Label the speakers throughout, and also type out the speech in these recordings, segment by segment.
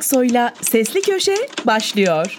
Speaker 1: Aksoy'la Sesli Köşe başlıyor.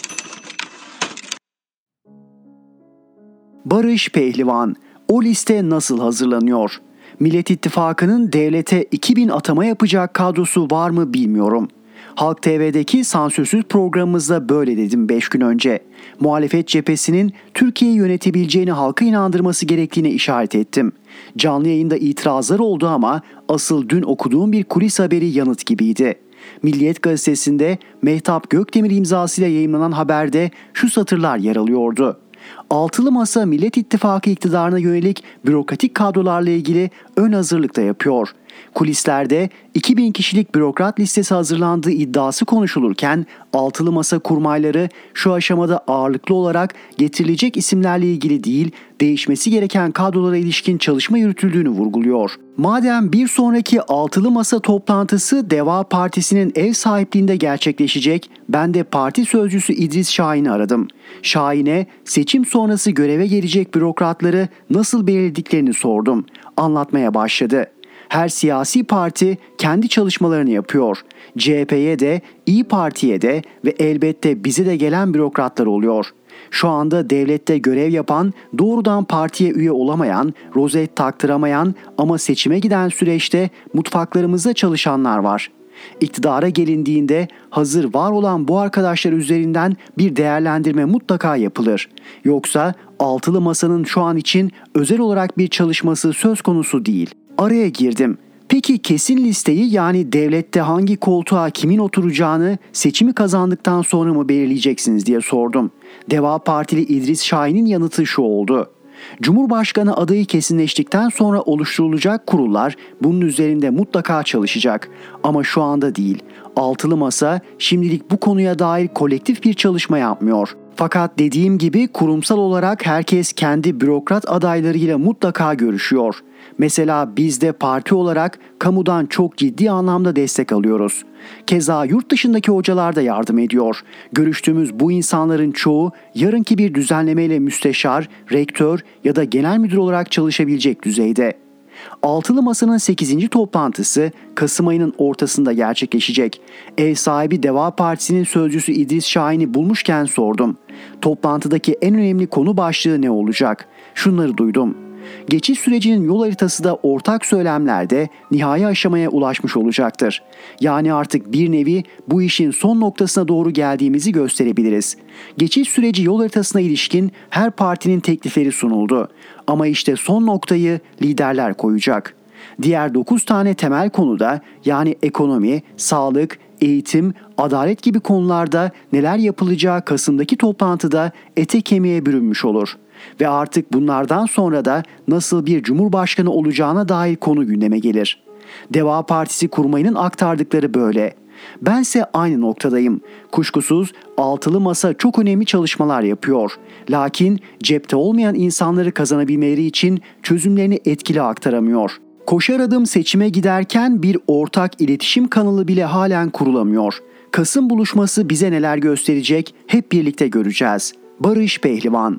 Speaker 2: Barış Pehlivan, o liste nasıl hazırlanıyor? Millet İttifakı'nın devlete 2000 atama yapacak kadrosu var mı bilmiyorum. Halk TV'deki sansürsüz programımızda böyle dedim 5 gün önce. Muhalefet cephesinin Türkiye'yi yönetebileceğini halka inandırması gerektiğine işaret ettim. Canlı yayında itirazlar oldu ama asıl dün okuduğum bir kulis haberi yanıt gibiydi. Milliyet gazetesinde Mehtap Gökdemir imzasıyla yayımlanan haberde şu satırlar yer alıyordu. Altılı Masa Millet İttifakı iktidarına yönelik bürokratik kadrolarla ilgili ön hazırlık da yapıyor. Kulislerde 2000 kişilik bürokrat listesi hazırlandığı iddiası konuşulurken Altılı Masa kurmayları şu aşamada ağırlıklı olarak getirilecek isimlerle ilgili değil, değişmesi gereken kadrolara ilişkin çalışma yürütüldüğünü vurguluyor. Madem bir sonraki Altılı Masa toplantısı Deva Partisi'nin ev sahipliğinde gerçekleşecek, ben de parti sözcüsü İdris Şahin'i aradım. Şahin'e seçim sonrası göreve gelecek bürokratları nasıl belirlediklerini sordum. Anlatmaya başladı. Her siyasi parti kendi çalışmalarını yapıyor. CHP'ye de, İYİ Parti'ye de ve elbette bize de gelen bürokratlar oluyor. Şu anda devlette görev yapan, doğrudan partiye üye olamayan, rozet taktıramayan ama seçime giden süreçte mutfaklarımızda çalışanlar var. İktidara gelindiğinde hazır var olan bu arkadaşlar üzerinden bir değerlendirme mutlaka yapılır. Yoksa Altılı Masa'nın şu an için özel olarak bir çalışması söz konusu değil. Araya girdim. Peki kesin listeyi, yani devlette hangi koltuğa kimin oturacağını seçimi kazandıktan sonra mı belirleyeceksiniz diye sordum. Deva Partili İdris Şahin'in yanıtı şu oldu. Cumhurbaşkanı adayı kesinleştikten sonra oluşturulacak kurullar bunun üzerinde mutlaka çalışacak. Ama şu anda değil. Altılı Masa şimdilik bu konuya dair kolektif bir çalışma yapmıyor. Fakat dediğim gibi kurumsal olarak herkes kendi bürokrat adaylarıyla mutlaka görüşüyor. Mesela biz de parti olarak kamudan çok ciddi anlamda destek alıyoruz. Keza yurt dışındaki hocalar da yardım ediyor. Görüştüğümüz bu insanların çoğu yarınki bir düzenlemeyle müsteşar, rektör ya da genel müdür olarak çalışabilecek düzeyde. Altılı Masa'nın 8. toplantısı Kasım ayının ortasında gerçekleşecek. Ev sahibi Deva Partisi'nin sözcüsü İdris Şahin'i bulmuşken sordum. Toplantıdaki en önemli konu başlığı ne olacak? Şunları duydum. Geçiş sürecinin yol haritası da ortak söylemlerde nihai aşamaya ulaşmış olacaktır. Yani artık bir nevi bu işin son noktasına doğru geldiğimizi gösterebiliriz. Geçiş süreci yol haritasına ilişkin her partinin teklifleri sunuldu. Ama işte son noktayı liderler koyacak. Diğer 9 tane temel konuda, yani ekonomi, sağlık, eğitim, adalet gibi konularda neler yapılacağı Kasım'daki toplantıda ete kemiğe bürünmüş olur. Ve artık bunlardan sonra da nasıl bir cumhurbaşkanı olacağına dair konu gündeme gelir. Deva Partisi kurmayının aktardıkları böyle. Bense aynı noktadayım. Kuşkusuz Altılı Masa çok önemli çalışmalar yapıyor. Lakin cepte olmayan insanları kazanabilmeleri için çözümlerini etkili aktaramıyor. Koşar adım seçime giderken bir ortak iletişim kanalı bile halen kurulamıyor. Kasım buluşması bize neler gösterecek hep birlikte göreceğiz. Barış Pehlivan.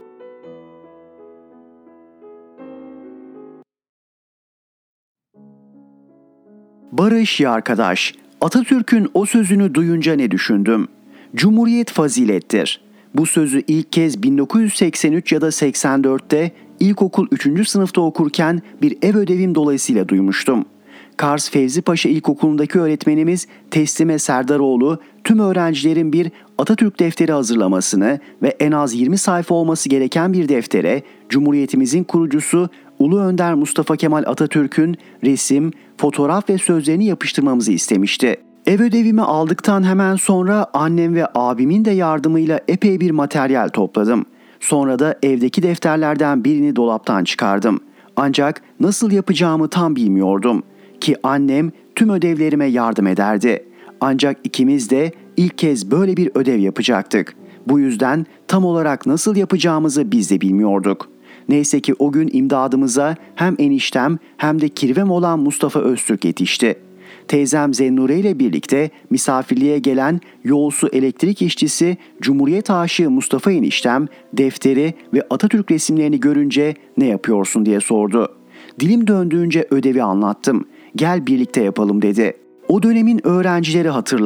Speaker 2: Barış ya arkadaş, Atatürk'ün o sözünü duyunca ne düşündüm? Cumhuriyet fazilettir. Bu sözü ilk kez 1983 ya da 84'te ilkokul 3. sınıfta okurken bir ev ödevim dolayısıyla duymuştum. Kars Fevzi Paşa İlkokulu'ndaki öğretmenimiz Teslime Serdaroğlu tüm öğrencilerin bir Atatürk defteri hazırlamasını ve en az 20 sayfa olması gereken bir deftere Cumhuriyetimizin kurucusu Ulu Önder Mustafa Kemal Atatürk'ün resim, fotoğraf ve sözlerini yapıştırmamızı istemişti. Ev ödevimi aldıktan hemen sonra annem ve abimin de yardımıyla epey bir materyal topladım. Sonra da evdeki defterlerden birini dolaptan çıkardım. Ancak nasıl yapacağımı tam bilmiyordum. Ki annem tüm ödevlerime yardım ederdi. Ancak ikimiz de ilk kez böyle bir ödev yapacaktık. Bu yüzden tam olarak nasıl yapacağımızı biz de bilmiyorduk. Neyse ki o gün imdadımıza hem eniştem hem de kirvem olan Mustafa Öztürk yetişti. Teyzem Zennure ile birlikte misafirliğe gelen yolsu elektrik işçisi Cumhuriyet aşığı Mustafa eniştem defteri ve Atatürk resimlerini görünce ne yapıyorsun diye sordu. Dilim döndüğünce ödevi anlattım. Gel birlikte yapalım dedi. O dönemin öğrencileri hatırlar.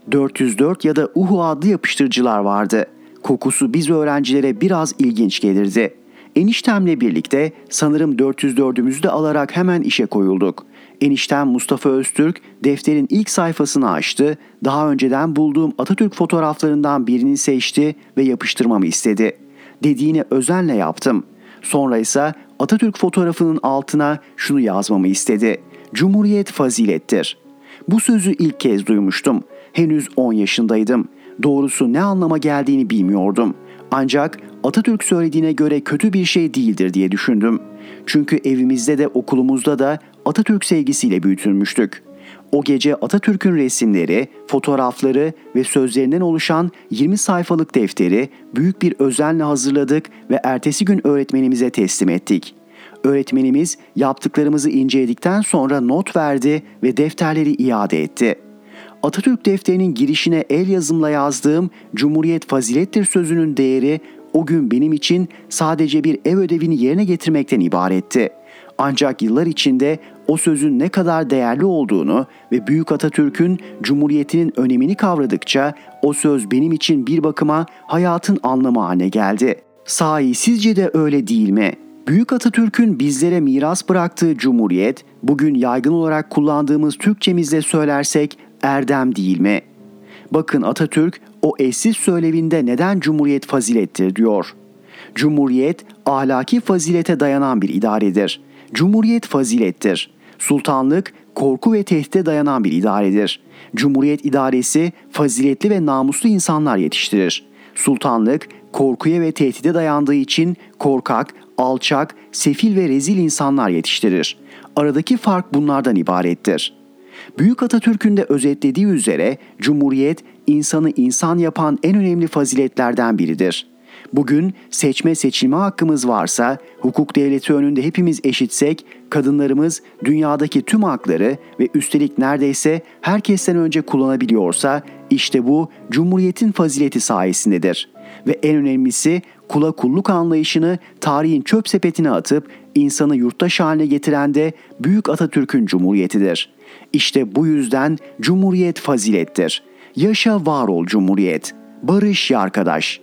Speaker 2: 404 ya da Uhu adlı yapıştırıcılar vardı. Kokusu biz öğrencilere biraz ilginç gelirdi. Eniştemle birlikte sanırım 404'ümüzü de alarak hemen işe koyulduk. Eniştem Mustafa Öztürk defterin ilk sayfasını açtı, daha önceden bulduğum Atatürk fotoğraflarından birini seçti ve yapıştırmamı istedi. Dediğini özenle yaptım. Sonra ise Atatürk fotoğrafının altına şunu yazmamı istedi: Cumhuriyet fazilettir. Bu sözü ilk kez duymuştum. Henüz 10 yaşındaydım. Doğrusu ne anlama geldiğini bilmiyordum. Ancak Atatürk söylediğine göre kötü bir şey değildir diye düşündüm. Çünkü evimizde de okulumuzda da Atatürk sevgisiyle büyütülmüştük. O gece Atatürk'ün resimleri, fotoğrafları ve sözlerinden oluşan 20 sayfalık defteri büyük bir özenle hazırladık ve ertesi gün öğretmenimize teslim ettik. Öğretmenimiz yaptıklarımızı inceledikten sonra not verdi ve defterleri iade etti. Atatürk defterinin girişine el yazımla yazdığım Cumhuriyet fazilettir sözünün değeri o gün benim için sadece bir ev ödevini yerine getirmekten ibaretti. Ancak yıllar içinde o sözün ne kadar değerli olduğunu ve Büyük Atatürk'ün Cumhuriyetinin önemini kavradıkça o söz benim için bir bakıma hayatın anlamı haline geldi. Sahi sizce de öyle değil mi? Büyük Atatürk'ün bizlere miras bıraktığı Cumhuriyet, bugün yaygın olarak kullandığımız Türkçemizle söylersek erdem değil mi? Bakın Atatürk o eşsiz söylevinde neden Cumhuriyet fazilettir diyor. Cumhuriyet ahlaki fazilete dayanan bir idaredir. Cumhuriyet fazilettir. Sultanlık korku ve tehdide dayanan bir idaredir. Cumhuriyet idaresi faziletli ve namuslu insanlar yetiştirir. Sultanlık korkuya ve tehdide dayandığı için korkak, alçak, sefil ve rezil insanlar yetiştirir. Aradaki fark bunlardan ibarettir. Büyük Atatürk'ün de özetlediği üzere Cumhuriyet insanı insan yapan en önemli faziletlerden biridir. Bugün seçme seçilme hakkımız varsa, hukuk devleti önünde hepimiz eşitsek, kadınlarımız dünyadaki tüm hakları ve üstelik neredeyse herkesten önce kullanabiliyorsa, işte bu Cumhuriyet'in fazileti sayesindedir. Ve en önemlisi kula kulluk anlayışını tarihin çöp sepetine atıp insanı yurttaş haline getiren de Büyük Atatürk'ün Cumhuriyetidir. İşte bu yüzden Cumhuriyet fazilettir. Yaşa var ol Cumhuriyet. Barış ya arkadaş.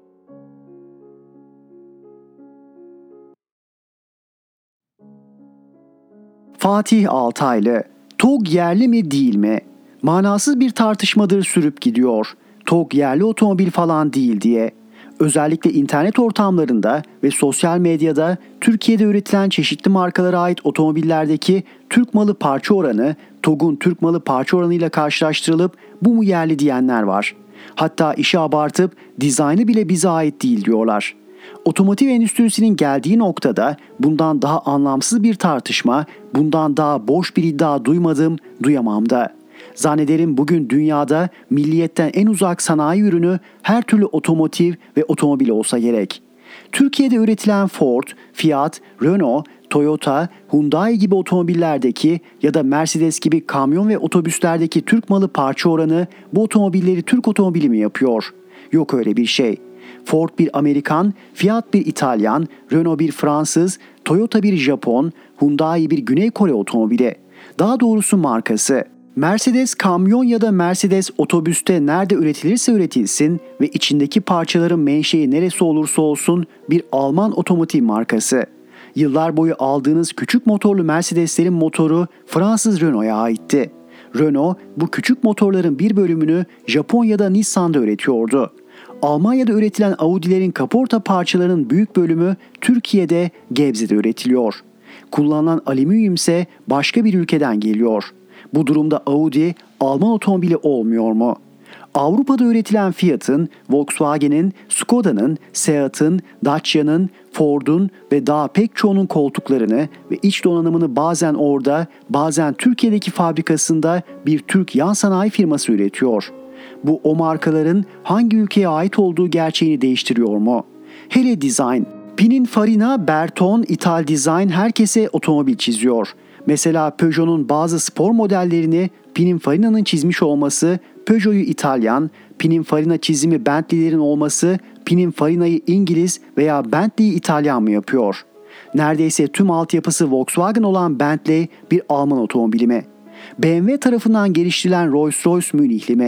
Speaker 2: Fatih Altaylı, TOG yerli mi değil mi? Manasız bir tartışmadır sürüp gidiyor. TOG yerli otomobil falan değil diye. Özellikle internet ortamlarında ve sosyal medyada Türkiye'de üretilen çeşitli markalara ait otomobillerdeki Türk malı parça oranı TOG'un Türk malı parça oranıyla karşılaştırılıp bu mu yerli diyenler var. Hatta işi abartıp dizaynı bile bize ait değil diyorlar. Otomotiv endüstrisinin geldiği noktada bundan daha anlamsız bir tartışma, bundan daha boş bir iddia duymadım, duyamam da. Zannederim bugün dünyada milliyetten en uzak sanayi ürünü her türlü otomotiv ve otomobil olsa gerek. Türkiye'de üretilen Ford, Fiat, Renault, Toyota, Hyundai gibi otomobillerdeki ya da Mercedes gibi kamyon ve otobüslerdeki Türk malı parça oranı bu otomobilleri Türk otomobili mi yapıyor? Yok öyle bir şey. Ford bir Amerikan, Fiat bir İtalyan, Renault bir Fransız, Toyota bir Japon, Hyundai bir Güney Kore otomobili. Daha doğrusu markası. Mercedes kamyon ya da Mercedes otobüste nerede üretilirse üretilsin ve içindeki parçaların menşei neresi olursa olsun bir Alman otomotiv markası. Yıllar boyu aldığınız küçük motorlu Mercedeslerin motoru Fransız Renault'a aitti. Renault bu küçük motorların bir bölümünü Japonya'da Nissan'da üretiyordu. Almanya'da üretilen Audi'lerin kaporta parçalarının büyük bölümü Türkiye'de Gebze'de üretiliyor. Kullanılan alüminyum ise başka bir ülkeden geliyor. Bu durumda Audi Alman otomobili olmuyor mu? Avrupa'da üretilen Fiat'ın, Volkswagen'in, Skoda'nın, Seat'ın, Dacia'nın, Ford'un ve daha pek çoğunun koltuklarını ve iç donanımını bazen orada, bazen Türkiye'deki fabrikasında bir Türk yan sanayi firması üretiyor. Bu o markaların hangi ülkeye ait olduğu gerçeğini değiştiriyor mu? Hele design. Pininfarina, Berton, Ital Design herkese otomobil çiziyor. Mesela Peugeot'un bazı spor modellerini Pininfarina'nın çizmiş olması Peugeot'u İtalyan, Pininfarina çizimi Bentley'lerin olması Pininfarina'yı İngiliz veya Bentley'i İtalyan mı yapıyor? Neredeyse tüm altyapısı Volkswagen olan Bentley bir Alman otomobili mi? BMW tarafından geliştirilen Rolls-Royce Münihli mi?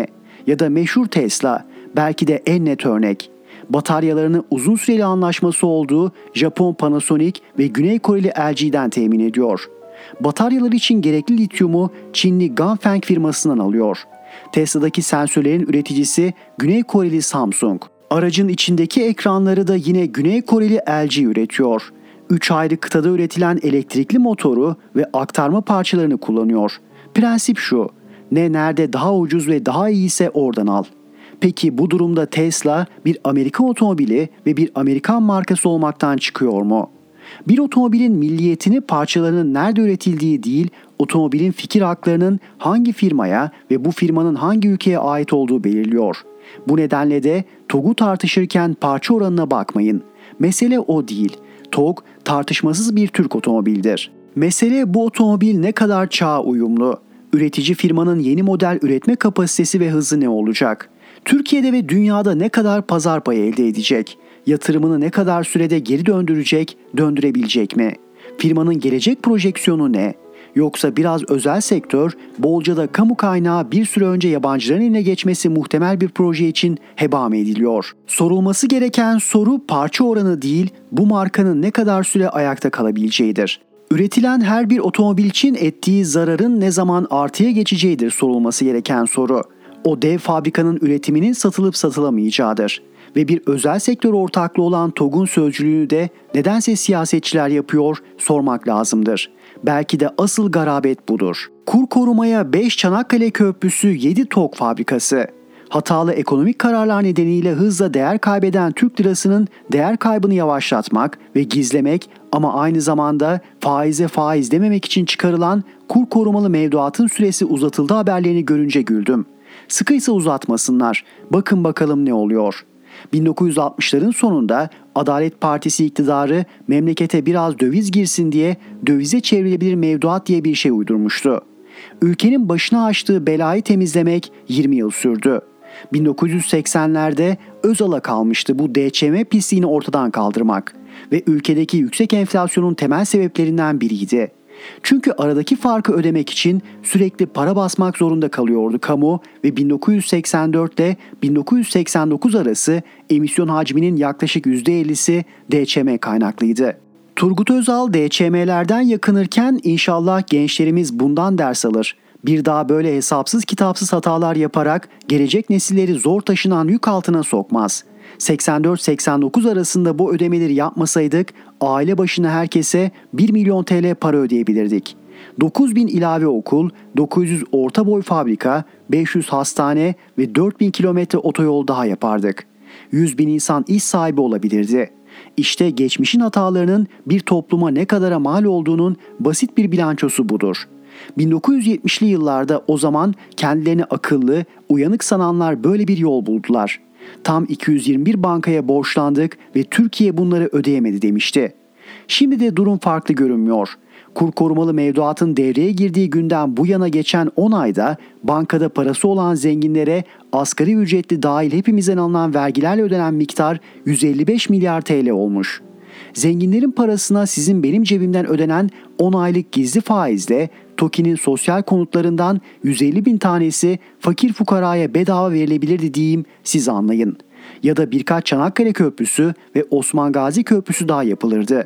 Speaker 2: Ya da meşhur Tesla, belki de en net örnek. Bataryalarını uzun süreli anlaşması olduğu Japon Panasonic ve Güney Koreli LG'den temin ediyor. Bataryalar için gerekli lityumu Çinli Ganfeng firmasından alıyor. Tesla'daki sensörlerin üreticisi Güney Koreli Samsung. Aracın içindeki ekranları da yine Güney Koreli LG üretiyor. 3 ayrı kıtada üretilen elektrikli motoru ve aktarma parçalarını kullanıyor. Prensip şu: ne nerede daha ucuz ve daha iyi ise oradan al. Peki bu durumda Tesla bir Amerikan otomobili ve bir Amerikan markası olmaktan çıkıyor mu? Bir otomobilin milliyetini parçalarının nerede üretildiği değil, otomobilin fikir haklarının hangi firmaya ve bu firmanın hangi ülkeye ait olduğu belirliyor. Bu nedenle de TOG'u tartışırken parça oranına bakmayın. Mesele o değil. TOG tartışmasız bir Türk otomobildir. Mesele bu otomobil ne kadar çağa uyumlu. Üretici firmanın yeni model üretme kapasitesi ve hızı ne olacak? Türkiye'de ve dünyada ne kadar pazar payı elde edecek? Yatırımını ne kadar sürede geri döndürecek, döndürebilecek mi? Firmanın gelecek projeksiyonu ne? Yoksa biraz özel sektör, bolca da kamu kaynağı bir süre önce yabancıların eline geçmesi muhtemel bir proje için heba mı ediliyor? Sorulması gereken soru parça oranı değil, bu markanın ne kadar süre ayakta kalabileceğidir. Üretilen her bir otomobil için ettiği zararın ne zaman artıya geçeceğidir sorulması gereken soru. O dev fabrikanın üretiminin satılıp satılamayacağıdır. Ve bir özel sektör ortaklığı olan TOG'un sözcülüğünü de nedense siyasetçiler yapıyor sormak lazımdır. Belki de asıl garabet budur. Kur korumaya 5 Çanakkale Köprüsü 7 TOG fabrikası. Hatalı ekonomik kararlar nedeniyle hızla değer kaybeden Türk lirasının değer kaybını yavaşlatmak ve gizlemek ama aynı zamanda faize faiz dememek için çıkarılan kur korumalı mevduatın süresi uzatıldı haberlerini görünce güldüm. Sıkıysa uzatmasınlar. Bakın bakalım ne oluyor. 1960'ların sonunda Adalet Partisi iktidarı memlekete biraz döviz girsin diye dövize çevrilebilir mevduat diye bir şey uydurmuştu. Ülkenin başına açtığı belayı temizlemek 20 yıl sürdü. 1980'lerde Özal'a kalmıştı bu DÇM pisliğini ortadan kaldırmak ve ülkedeki yüksek enflasyonun temel sebeplerinden biriydi. Çünkü aradaki farkı ödemek için sürekli para basmak zorunda kalıyordu kamu ve 1984 ile 1989 arası emisyon hacminin yaklaşık %50'si DÇM kaynaklıydı. Turgut Özal DÇM'lerden yakınırken inşallah gençlerimiz bundan ders alır. Bir daha böyle hesapsız kitapsız hatalar yaparak gelecek nesilleri zor taşınan yük altına sokmaz. 84-89 arasında bu ödemeleri yapmasaydık aile başına herkese 1 milyon TL para ödeyebilirdik. 9.000 ilave okul, 900 orta boy fabrika, 500 hastane ve 4.000 kilometre otoyol daha yapardık. 100.000 insan iş sahibi olabilirdi. İşte geçmişin hatalarının bir topluma ne kadara mal olduğunun basit bir bilançosu budur. 1970'li yıllarda o zaman kendilerini akıllı, uyanık sananlar böyle bir yol buldular. Tam 221 bankaya borçlandık ve Türkiye bunları ödeyemedi demişti. Şimdi de durum farklı görünmüyor. Kur korumalı mevduatın devreye girdiği günden bu yana geçen 10 ayda bankada parası olan zenginlere asgari ücretli dahil hepimizden alınan vergilerle ödenen miktar 155 milyar TL olmuş. Zenginlerin parasına sizin benim cebimden ödenen 10 aylık gizli faizle TOKİ'nin sosyal konutlarından 150 bin tanesi fakir fukaraya bedava verilebilirdi diyeyim, siz anlayın. Ya da birkaç Çanakkale Köprüsü ve Osman Gazi Köprüsü daha yapılırdı.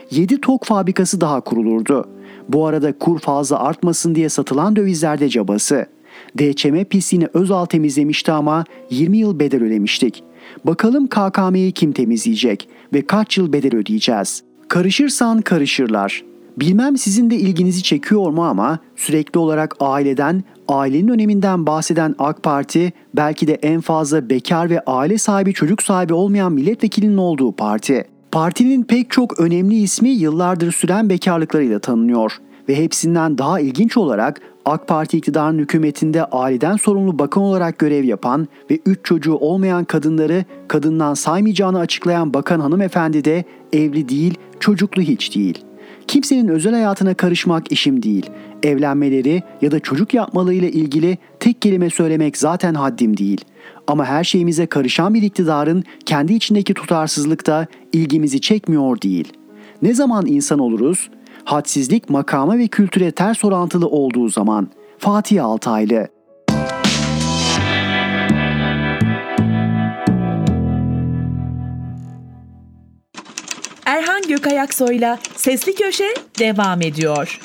Speaker 2: 7 TOG fabrikası daha kurulurdu. Bu arada kur fazla artmasın diye satılan dövizler de cabası. DÇM pisliğini Özal temizlemişti ama 20 yıl bedel ödemiştik. Bakalım KKM'yi kim temizleyecek ve kaç yıl bedel ödeyeceğiz? Karışırsan karışırlar. Bilmem sizin de ilginizi çekiyor mu ama sürekli olarak aileden, ailenin öneminden bahseden AK Parti belki de en fazla bekar ve aile sahibi çocuk sahibi olmayan milletvekilinin olduğu parti. Partinin pek çok önemli ismi yıllardır süren bekarlıklarıyla tanınıyor ve hepsinden daha ilginç olarak AK Parti iktidarının hükümetinde aileden sorumlu bakan olarak görev yapan ve 3 çocuğu olmayan kadınları kadından saymayacağını açıklayan bakan hanımefendi de evli değil, çocuklu hiç değil. Kimsenin özel hayatına karışmak işim değil. Evlenmeleri ya da çocuk yapmalarıyla ilgili tek kelime söylemek zaten haddim değil. Ama her şeyimize karışan bir iktidarın kendi içindeki tutarsızlık da ilgimizi çekmiyor değil. Ne zaman insan oluruz? Hadsizlik makama ve kültüre ters orantılı olduğu zaman. Fatih Altaylı.
Speaker 1: Erhan Gökayaksoy'la Sesli Köşe devam ediyor.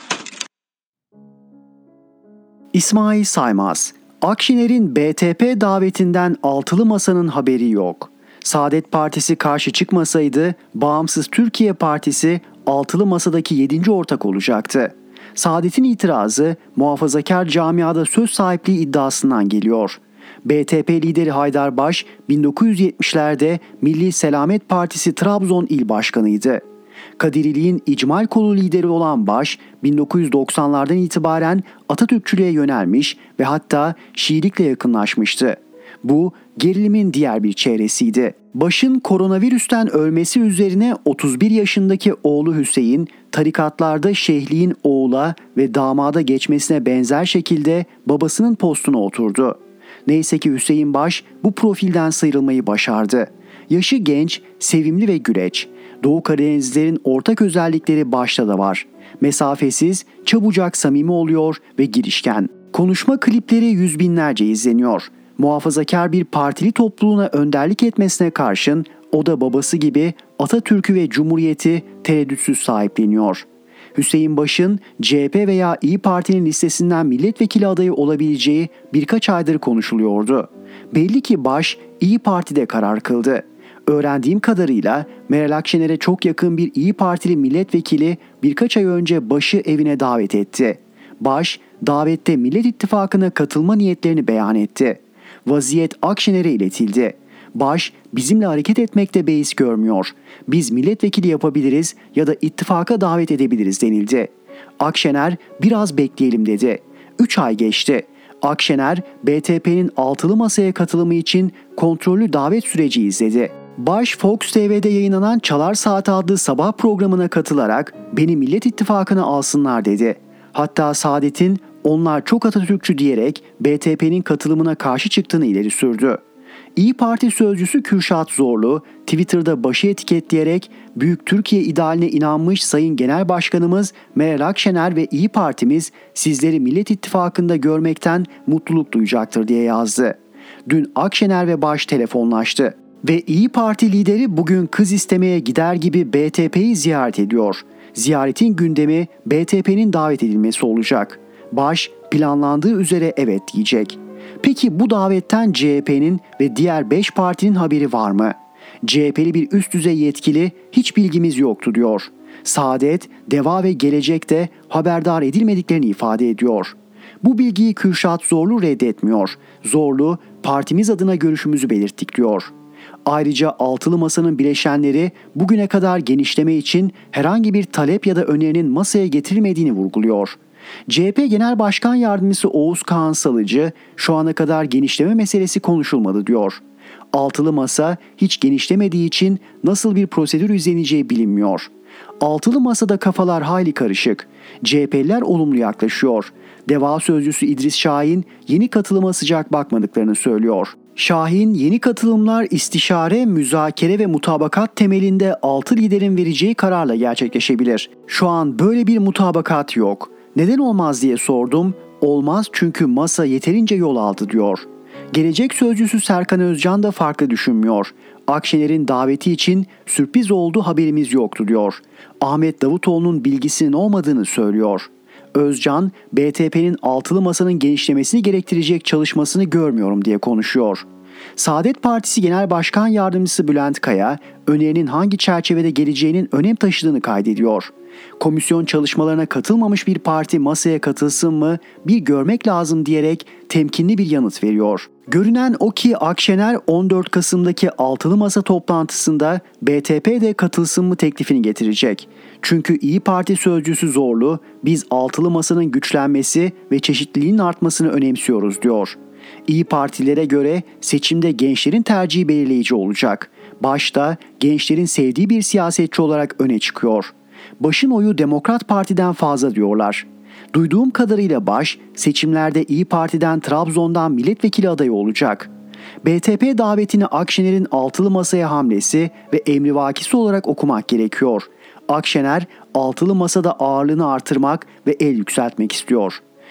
Speaker 2: İsmail Saymaz, Akşener'in BTP davetinden altılı masanın haberi yok. Saadet Partisi karşı çıkmasaydı Bağımsız Türkiye Partisi altılı masadaki 7. ortak olacaktı. Saadet'in itirazı muhafazakar camiada söz sahipliği iddiasından geliyor. BTP lideri Haydar Baş 1970'lerde Milli Selamet Partisi Trabzon İl Başkanıydı. Kadiriliğin icmal kolu lideri olan Baş 1990'lardan itibaren Atatürkçülüğe yönelmiş ve hatta Şiilikle yakınlaşmıştı. Bu gerilimin diğer bir çevresiydi. Baş'ın koronavirüsten ölmesi üzerine 31 yaşındaki oğlu Hüseyin, tarikatlarda şeyhliğin oğula ve damada geçmesine benzer şekilde babasının postuna oturdu. Neyse ki Hüseyin Baş bu profilden sıyrılmayı başardı. Yaşı genç, sevimli ve güleç. Doğu Karadenizlerin ortak özellikleri Baş'ta da var. Mesafesiz, çabucak samimi oluyor ve girişken. Konuşma klipleri yüz binlerce izleniyor. Muhafazakar bir partili topluluğuna önderlik etmesine karşın o da babası gibi Atatürk'ü ve Cumhuriyeti tereddütsüz sahipleniyor. Hüseyin Baş'ın CHP veya İyi Parti'nin listesinden milletvekili adayı olabileceği birkaç aydır konuşuluyordu. Belli ki Baş İyi Parti'de karar kıldı. Öğrendiğim kadarıyla Meral Akşener'e çok yakın bir İyi Partili milletvekili birkaç ay önce Baş'ı evine davet etti. Baş davette Millet İttifakı'na katılma niyetlerini beyan etti. Vaziyet Akşener'e iletildi. Baş bizimle hareket etmekte beis görmüyor. Biz milletvekili yapabiliriz ya da ittifaka davet edebiliriz denildi. Akşener biraz bekleyelim dedi. 3 ay geçti. Akşener BTP'nin altılı masaya katılımı için kontrollü davet süreci izledi. Baş Fox TV'de yayınlanan Çalar Saat adlı sabah programına katılarak beni Millet İttifakı'na alsınlar dedi. Hatta Saadet'in onlar çok Atatürkçü diyerek BTP'nin katılımına karşı çıktığını ileri sürdü. İyi Parti sözcüsü Kürşat Zorlu Twitter'da Baş'ı etiketleyerek Büyük Türkiye idealine inanmış Sayın Genel Başkanımız Meral Akşener ve İyi Partimiz sizleri Millet İttifakı'nda görmekten mutluluk duyacaktır diye yazdı. Dün Akşener ve Baş telefonlaştı ve İyi Parti lideri bugün kız istemeye gider gibi BTP'yi ziyaret ediyor. Ziyaretin gündemi BTP'nin davet edilmesi olacak. Baş planlandığı üzere evet diyecek. Peki bu davetten CHP'nin ve diğer 5 partinin haberi var mı? CHP'li bir üst düzey yetkili hiç bilgimiz yoktu diyor. Saadet, Deva ve Gelecek'te haberdar edilmediklerini ifade ediyor. Bu bilgiyi Kürşat Zorlu reddetmiyor. Zorlu, partimiz adına görüşümüzü belirttik diyor. Ayrıca altılı masanın bileşenleri bugüne kadar genişleme için herhangi bir talep ya da önerinin masaya getirilmediğini vurguluyor. CHP Genel Başkan Yardımcısı Oğuz Kağan Salıcı şu ana kadar genişleme meselesi konuşulmadı diyor. Altılı masa hiç genişlemediği için nasıl bir prosedür izleneceği bilinmiyor. Altılı masada kafalar hayli karışık. CHP'liler olumlu yaklaşıyor. Deva sözcüsü İdris Şahin yeni katılıma sıcak bakmadıklarını söylüyor. Şahin yeni katılımlar istişare, müzakere ve mutabakat temelinde 6 liderin vereceği kararla gerçekleşebilir. Şu an böyle bir mutabakat yok. Neden olmaz diye sordum. Olmaz çünkü masa yeterince yol aldı diyor. Gelecek sözcüsü Serkan Özcan da farklı düşünmüyor. Akşener'in daveti için sürpriz oldu haberimiz yoktu diyor. Ahmet Davutoğlu'nun bilgisinin olmadığını söylüyor. Özcan, BTP'nin altılı masanın genişlemesini gerektirecek çalışmasını görmüyorum diye konuşuyor. Saadet Partisi Genel Başkan Yardımcısı Bülent Kaya, önerinin hangi çerçevede geleceğinin önem taşıdığını kaydediyor. Komisyon çalışmalarına katılmamış bir parti masaya katılsın mı bir görmek lazım diyerek temkinli bir yanıt veriyor. Görünen o ki Akşener 14 Kasım'daki altılı masa toplantısında BTP'de katılsın mı teklifini getirecek. Çünkü İyi Parti sözcüsü Zorlu biz altılı masanın güçlenmesi ve çeşitliliğin artmasını önemsiyoruz diyor. İyi Partilere göre seçimde gençlerin tercihi belirleyici olacak. Başta gençlerin sevdiği bir siyasetçi olarak öne çıkıyor. Baş'ın oyu Demokrat Parti'den fazla diyorlar. Duyduğum kadarıyla Baş seçimlerde İyi Parti'den Trabzon'dan milletvekili adayı olacak. BTP davetini Akşener'in altılı masaya hamlesi ve emrivakisi olarak okumak gerekiyor. Akşener altılı masada ağırlığını artırmak ve el yükseltmek istiyor.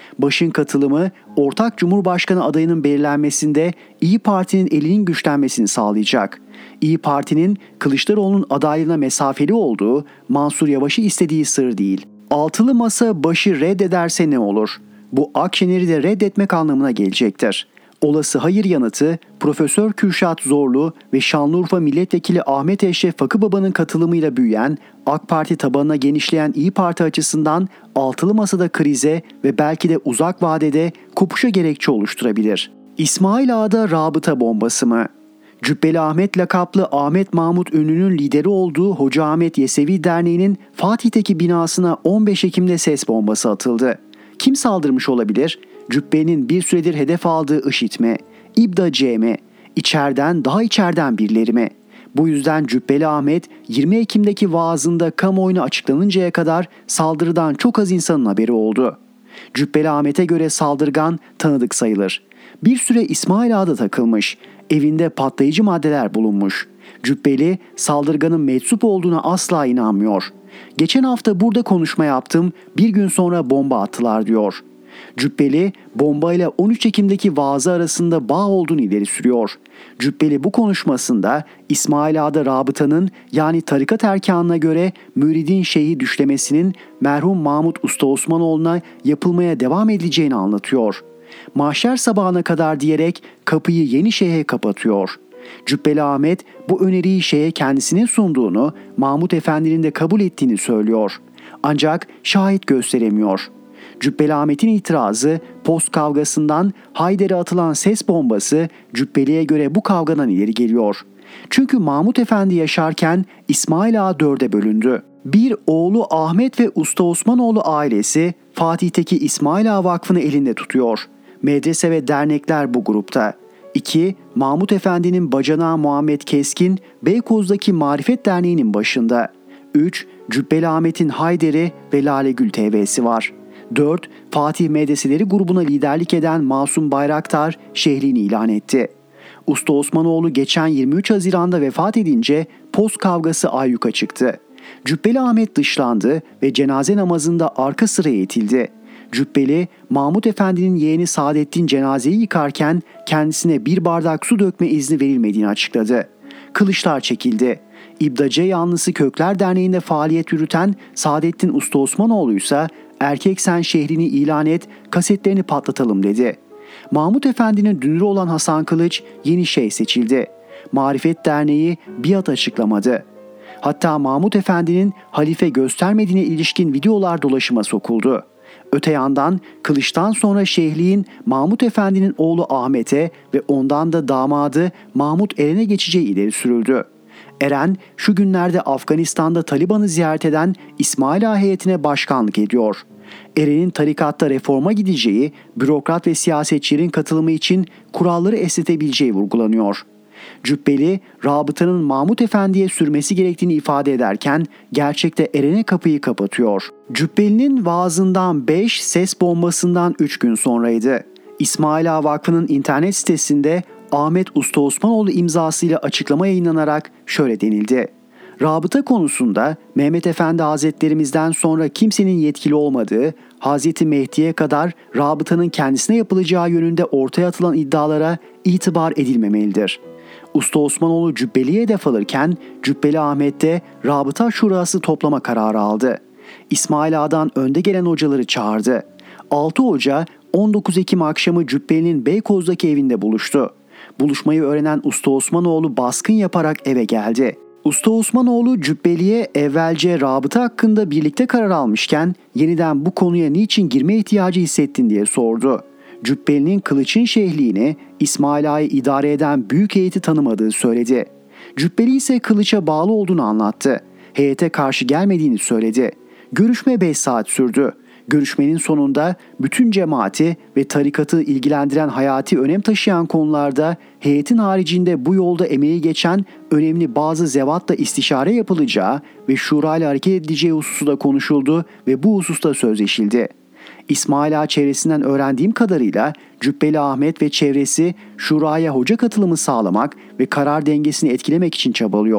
Speaker 2: Baş'ın katılımı ortak Cumhurbaşkanı adayının belirlenmesinde İyi Parti'nin elinin güçlenmesini sağlayacak. İyi Parti'nin Kılıçdaroğlu'nun adaylığına mesafeli olduğu, Mansur Yavaş'ı istediği sır değil. Altılı masa Baş'ı reddederse ne olur? Bu Akşener'i de reddetmek anlamına gelecektir. Olası hayır yanıtı Profesör Kürşat Zorlu ve Şanlıurfa Milletvekili Ahmet Eşref Fakıbaba'nın katılımıyla büyüyen, AK Parti tabanına genişleyen İyi Parti açısından altılı masada krize ve belki de uzak vadede kopuşa gerekçe oluşturabilir. İsmail Ağa'da rabıta bombası mı? Cübbeli Ahmet lakaplı Ahmet Mahmut Ünlü'nün lideri olduğu Hoca Ahmet Yesevi Derneği'nin Fatih'teki binasına 15 Ekim'de ses bombası atıldı. Kim saldırmış olabilir? Cübbe'nin bir süredir hedef aldığı IŞİD mi? İBDA-C mi? İçeriden, daha içeriden birileri mi? Bu yüzden Cübbeli Ahmet 20 Ekim'deki vaazında kamuoyuna açıklanıncaya kadar saldırıdan çok az insanın haberi oldu. Cübbeli Ahmet'e göre saldırgan tanıdık sayılır. Bir süre İsmail Ağa'da takılmış, evinde patlayıcı maddeler bulunmuş. Cübbeli saldırganın meczup olduğuna asla inanmıyor. Geçen hafta burada konuşma yaptım, bir gün sonra bomba attılar diyor. Cübbeli bombayla 13 Ekim'deki vaazı arasında bağ olduğunu ileri sürüyor. Cübbeli bu konuşmasında İsmail Ağa'da rabıtanın yani tarikat erkanına göre müridin şeyhi düşlemesinin merhum Mahmut Usta Osmanoğlu'na yapılmaya devam edileceğini anlatıyor. Mahşer sabahına kadar diyerek kapıyı yeni şeyhe kapatıyor. Cübbeli Ahmet bu öneriyi şeyhe kendisine sunduğunu, Mahmut Efendi'nin de kabul ettiğini söylüyor. Ancak şahit gösteremiyor. Cübbeli Ahmet'in itirazı post kavgasından Hayder'e atılan ses bombası Cübbeli'ye göre bu kavgadan ileri geliyor. Çünkü Mahmut Efendi yaşarken İsmail Ağa 4'e bölündü. Bir oğlu Ahmet ve Usta Osmanoğlu ailesi Fatih'teki İsmail Ağa Vakfı'nı elinde tutuyor. Medrese ve dernekler bu grupta. 2. Mahmut Efendi'nin bacanağı Muhammed Keskin Beykoz'daki Marifet Derneği'nin başında. 3. Cübbeli Ahmet'in Hayder'i ve Lalegül TV'si var. 4. Fatih Medreseleri grubuna liderlik eden Masum Bayraktar şehrini ilan etti. Usta Osmanoğlu geçen 23 Haziran'da vefat edince post kavgası ayyuka çıktı. Cübbeli Ahmet dışlandı ve cenaze namazında arka sıraya itildi. Cübbeli, Mahmut Efendi'nin yeğeni Saadettin cenazeyi yıkarken kendisine bir bardak su dökme izni verilmediğini açıkladı. Kılıçlar çekildi. İBDA-C yanlısı Kökler Derneği'nde faaliyet yürüten Saadettin Usta Osmanoğlu ise "Erkek sen şehrini ilan et, kasetlerini patlatalım" dedi. Mahmut Efendi'nin dünürü olan Hasan Kılıç yeni şeyh seçildi. Marifet Derneği biat açıklamadı. Hatta Mahmut Efendi'nin halife göstermediğine ilişkin videolar dolaşıma sokuldu. Öte yandan Kılıç'tan sonra şeyhliğin Mahmut Efendi'nin oğlu Ahmet'e ve ondan da damadı Mahmut Eren'e geçeceği ileri sürüldü. Eren şu günlerde Afganistan'da Taliban'ı ziyaret eden İsmail Ağa heyetine başkanlık ediyor. Eren'in tarikatta reforma gideceği, bürokrat ve siyasetçilerin katılımı için kuralları esnetebileceği vurgulanıyor. Cübbeli, rabıtanın Mahmut Efendi'ye sürmesi gerektiğini ifade ederken gerçekte Eren'e kapıyı kapatıyor. Cübbeli'nin vaazından 5, ses bombasından 3 gün sonraydı. İsmail Ağa Vakfı'nın internet sitesinde Ahmet Usta Osmanoğlu imzasıyla açıklama yayınlanarak şöyle denildi. Rabıta konusunda Mehmet Efendi Hazretlerimizden sonra kimsenin yetkili olmadığı, Hazreti Mehdi'ye kadar rabıtanın kendisine yapılacağı yönünde ortaya atılan iddialara itibar edilmemelidir. Usta Osmanoğlu Cübbeli'ye hedef alırken Cübbeli Ahmet de Rabıta Şurası toplama kararı aldı. İsmail Ağa'dan önde gelen hocaları çağırdı. 6 hoca 19 Ekim akşamı Cübbeli'nin Beykoz'daki evinde buluştu. Buluşmayı öğrenen Usta Osmanoğlu baskın yaparak eve geldi. Usta Osmanoğlu Cübbeli'ye evvelce rabıta hakkında birlikte karar almışken yeniden bu konuya niçin girme ihtiyacı hissettin diye sordu. Cübbeli'nin Kılıç'ın şeyhliğini, İsmail Ağa'yı idare eden büyük heyeti tanımadığı söyledi. Cübbeli ise Kılıç'a bağlı olduğunu anlattı. Heyete karşı gelmediğini söyledi. Görüşme 5 saat sürdü. Görüşmenin sonunda bütün cemaati ve tarikatı ilgilendiren hayati önem taşıyan konularda heyetin haricinde bu yolda emeği geçen önemli bazı zevatla istişare yapılacağı ve şura ile hareket edileceği hususu da konuşuldu ve bu hususta sözleşildi. İsmail Ağa çevresinden öğrendiğim kadarıyla Cübbeli Ahmet ve çevresi şuraya hoca katılımı sağlamak ve karar dengesini etkilemek için çabalıyor.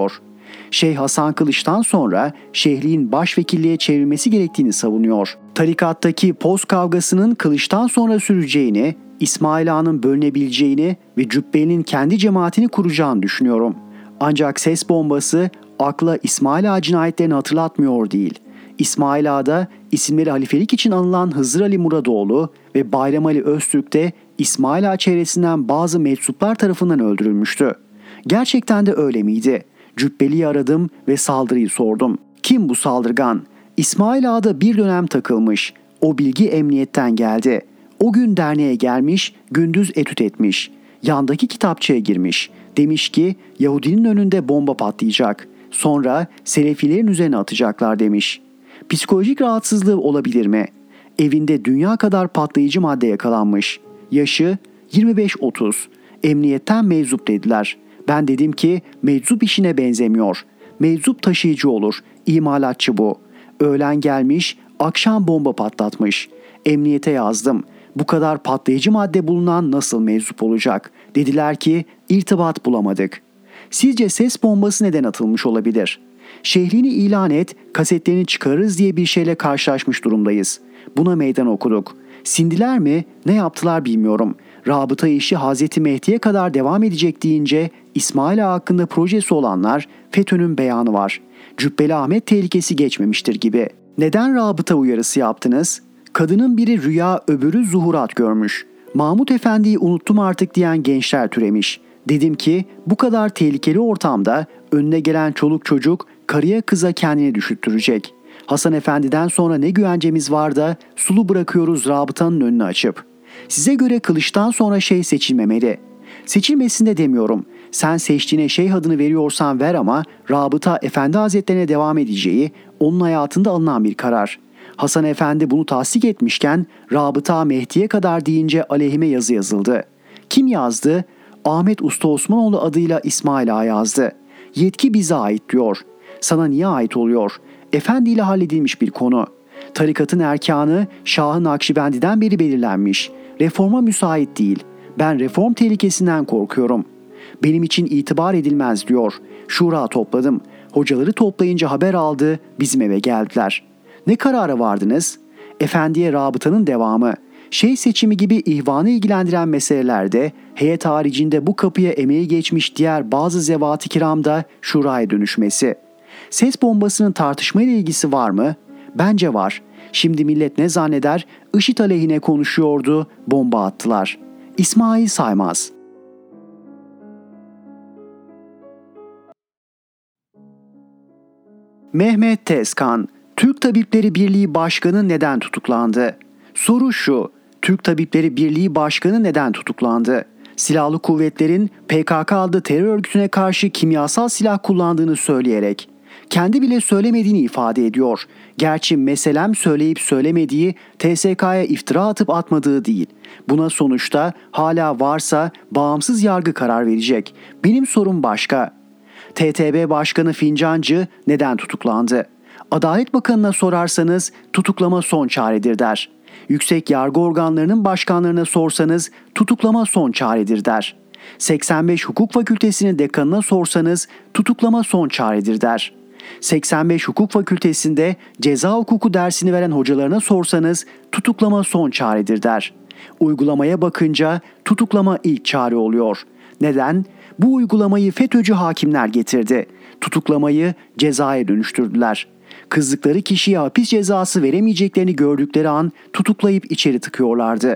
Speaker 2: Şeyh Hasan Kılıç'tan sonra şeyhliğin başvekilliğe çevrilmesi gerektiğini savunuyor. Tarikattaki poz kavgasının Kılıç'tan sonra süreceğini, İsmail Ağa'nın bölünebileceğini ve Cübbeli'nin kendi cemaatini kuracağını düşünüyorum. Ancak ses bombası akla İsmail Ağa cinayetlerini hatırlatmıyor değil. İsmail Ağa'da isimleri halifelik için anılan Hızır Ali Muradoğlu ve Bayram Ali Öztürk de İsmail Ağa çevresinden bazı meczuplar tarafından öldürülmüştü. Gerçekten de öyle miydi? Cübbeli'yi aradım ve saldırıyı sordum. Kim bu saldırgan? İsmail Ağa'da bir dönem takılmış. O bilgi emniyetten geldi. O gün derneğe gelmiş, gündüz etüt etmiş. Yandaki kitapçıya girmiş. Demiş ki Yahudinin önünde bomba patlayacak. Sonra Selefilerin üzerine atacaklar demiş. Psikolojik rahatsızlığı olabilir mi? Evinde dünya kadar patlayıcı madde yakalanmış. Yaşı 25-30. Emniyetten meczup dediler. Ben dedim ki meczup işine benzemiyor. Meczup taşıyıcı olur. İmalatçı bu. Öğlen gelmiş, akşam bomba patlatmış. Emniyete yazdım. Bu kadar patlayıcı madde bulunan nasıl meczup olacak? Dediler ki irtibat bulamadık. Sizce ses bombası neden atılmış olabilir? Şehrini ilan et, kasetlerini çıkarırız diye bir şeyle karşılaşmış durumdayız. Buna meydan okuduk. Sindiler mi? Ne yaptılar bilmiyorum. Rabıta işi Hazreti Mehdi'ye kadar devam edecek deyince İsmail Ağa hakkında projesi olanlar FETÖ'nün beyanı var. Cübbeli Ahmet tehlikesi geçmemiştir gibi. Neden rabıta uyarısı yaptınız? Kadının biri rüya, öbürü zuhurat görmüş. Mahmut Efendi'yi unuttum artık diyen gençler türemiş. Dedim ki bu kadar tehlikeli ortamda önüne gelen çoluk çocuk karıya kıza kendini düşürttürecek. Hasan Efendi'den sonra ne güvencemiz var da sulu bırakıyoruz rabıtanın önünü açıp. Size göre Kılıç'tan sonra şeyh seçilmemeli. Seçilmesin de demiyorum. Sen seçtiğine şeyh adını veriyorsan ver ama rabıta Efendi Hazretlerine devam edeceği onun hayatında alınan bir karar. Hasan Efendi bunu tasdik etmişken rabıta Mehdi'ye kadar deyince aleyhime yazı yazıldı. Kim yazdı? Ahmet Usta Osmanoğlu adıyla İsmail Ağa yazdı. Yetki bize ait diyor. Sana niye ait oluyor? Efendi ile halledilmiş bir konu. Tarikatın erkanı Şah-ı Nakşibendi'den beri belirlenmiş. Reforma müsait değil. Ben reform tehlikesinden korkuyorum. Benim için itibar edilmez diyor. Şura topladım. Hocaları toplayınca haber aldı, bizim eve geldiler. Ne karara vardınız? Efendiye rabıtanın devamı. Şeyh seçimi gibi ihvanı ilgilendiren meselelerde heyet haricinde bu kapıya emeği geçmiş diğer bazı zevat-ı kiramda şuraya dönüşmesi. Ses bombasının tartışmayla ilgisi var mı? Bence var. Şimdi millet ne zanneder? IŞİD aleyhine konuşuyordu, bomba attılar. İsmail Saymaz. Mehmet Tezkan, Türk Tabipleri Birliği Başkanı neden tutuklandı? Soru şu, Türk Tabipleri Birliği Başkanı neden tutuklandı? Silahlı kuvvetlerin PKK adlı terör örgütüne karşı kimyasal silah kullandığını söyleyerek. Kendi bile söylemediğini ifade ediyor. Gerçi meselem söyleyip söylemediği, TSK'ya iftira atıp atmadığı değil. Buna sonuçta hala varsa bağımsız yargı karar verecek. Benim sorum başka. TTB Başkanı Fincancı neden tutuklandı? Adalet Bakanı'na sorarsanız tutuklama son çaredir der. Yüksek yargı organlarının başkanlarına sorsanız tutuklama son çaredir der. 85 Hukuk Fakültesi'nin dekanına sorsanız tutuklama son çaredir der. 85 Hukuk Fakültesi'nde ceza hukuku dersini veren hocalarına sorsanız tutuklama son çaredir der. Uygulamaya bakınca tutuklama ilk çare oluyor. Neden? Bu uygulamayı FETÖ'cü hakimler getirdi. Tutuklamayı cezaya dönüştürdüler. Kızdıkları kişiye hapis cezası veremeyeceklerini gördükleri an tutuklayıp içeri tıkıyorlardı.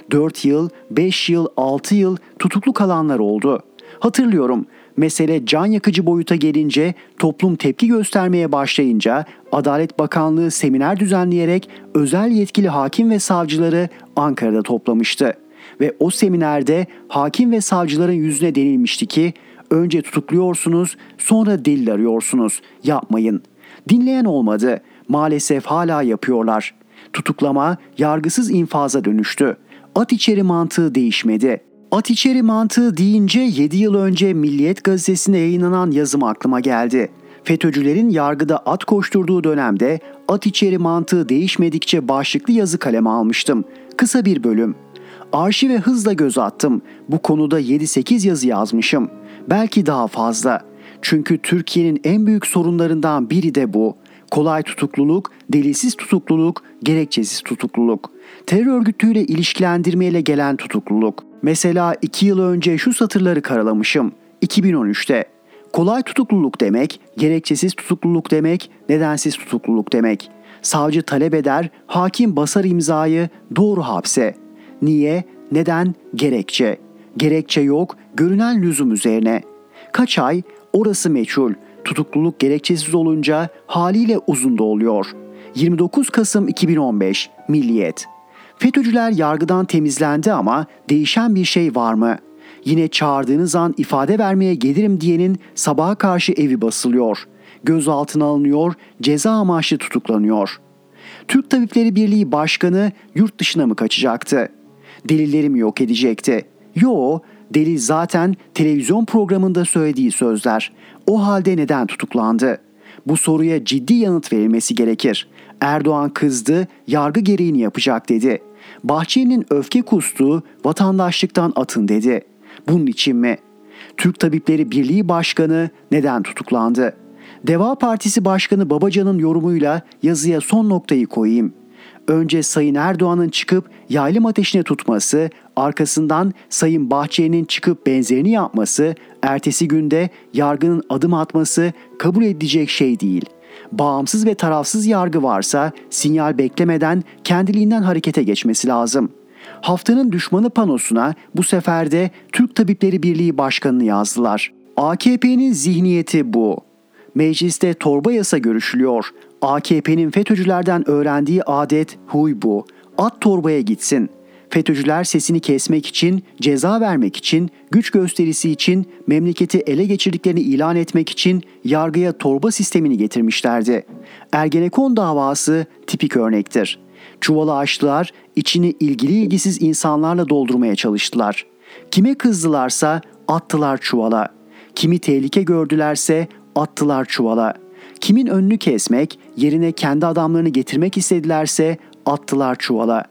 Speaker 2: 4 yıl, 5 yıl, 6 yıl tutuklu kalanlar oldu. Hatırlıyorum, mesele can yakıcı boyuta gelince, toplum tepki göstermeye başlayınca Adalet Bakanlığı seminer düzenleyerek özel yetkili hakim ve savcıları Ankara'da toplamıştı. Ve o seminerde hakim ve savcıların yüzüne denilmişti ki önce tutukluyorsunuz, sonra delil arıyorsunuz. Yapmayın. Dinleyen olmadı. Maalesef hala yapıyorlar. Tutuklama yargısız infaza dönüştü. At içeri mantığı değişmedi. At içeri mantığı deyince 7 yıl önce Milliyet Gazetesi'nde yayınlanan yazım aklıma geldi. FETÖ'cülerin yargıda at koşturduğu dönemde at içeri mantığı değişmedikçe başlıklı yazı kaleme almıştım. Kısa bir bölüm. Arşive hızla göz attım. Bu konuda 7-8 yazı yazmışım. Belki daha fazla. Çünkü Türkiye'nin en büyük sorunlarından biri de bu. Kolay tutukluluk, delilsiz tutukluluk, gerekçesiz tutukluluk. Terör örgütüyle ilişkilendirmeyle gelen tutukluluk. Mesela 2 yıl önce şu satırları karalamışım. 2013'te. Kolay tutukluluk demek, gerekçesiz tutukluluk demek, nedensiz tutukluluk demek. Savcı talep eder, hakim basar imzayı, doğru hapse. Niye? Neden? Gerekçe. Gerekçe yok, görünen lüzum üzerine. Kaç ay? Orası meçhul. Tutukluluk gerekçesiz olunca haliyle uzun da oluyor. 29 Kasım 2015 Milliyet. FETÖ'cüler yargıdan temizlendi ama değişen bir şey var mı? Yine çağırdığınız an ifade vermeye gelirim diyenin sabaha karşı evi basılıyor. Gözaltına alınıyor, ceza amaçlı tutuklanıyor. Türk Tabipleri Birliği Başkanı yurt dışına mı kaçacaktı? Delilleri mi yok edecekti? Yo, delil zaten televizyon programında söylediği sözler. O halde neden tutuklandı? Bu soruya ciddi yanıt verilmesi gerekir. Erdoğan kızdı, yargı gereğini yapacak dedi. Bahçeli'nin öfke kustuğu vatandaşlıktan atın dedi. Bunun için mi? Türk Tabipleri Birliği Başkanı neden tutuklandı? Deva Partisi Başkanı Babacan'ın yorumuyla yazıya son noktayı koyayım. Önce Sayın Erdoğan'ın çıkıp yaylım ateşine tutması, arkasından Sayın Bahçeli'nin çıkıp benzerini yapması, ertesi günde yargının adım atması kabul edilecek şey değil. Bağımsız ve tarafsız yargı varsa sinyal beklemeden kendiliğinden harekete geçmesi lazım. Haftanın düşmanı panosuna bu sefer de Türk Tabipleri Birliği Başkanı'nı yazdılar. AKP'nin zihniyeti bu. Mecliste torba yasa görüşülüyor. AKP'nin FETÖ'cülerden öğrendiği adet, huy bu. At torbaya gitsin. FETÖ'cüler sesini kesmek için, ceza vermek için, güç gösterisi için, memleketi ele geçirdiklerini ilan etmek için yargıya torba sistemini getirmişlerdi. Ergenekon davası tipik örnektir. Çuvalı açtılar, içini ilgili ilgisiz insanlarla doldurmaya çalıştılar. Kime kızdılarsa attılar çuvala. Kimi tehlike gördülerse attılar çuvala. Kimin önünü kesmek, yerine kendi adamlarını getirmek istedilerse attılar çuvala.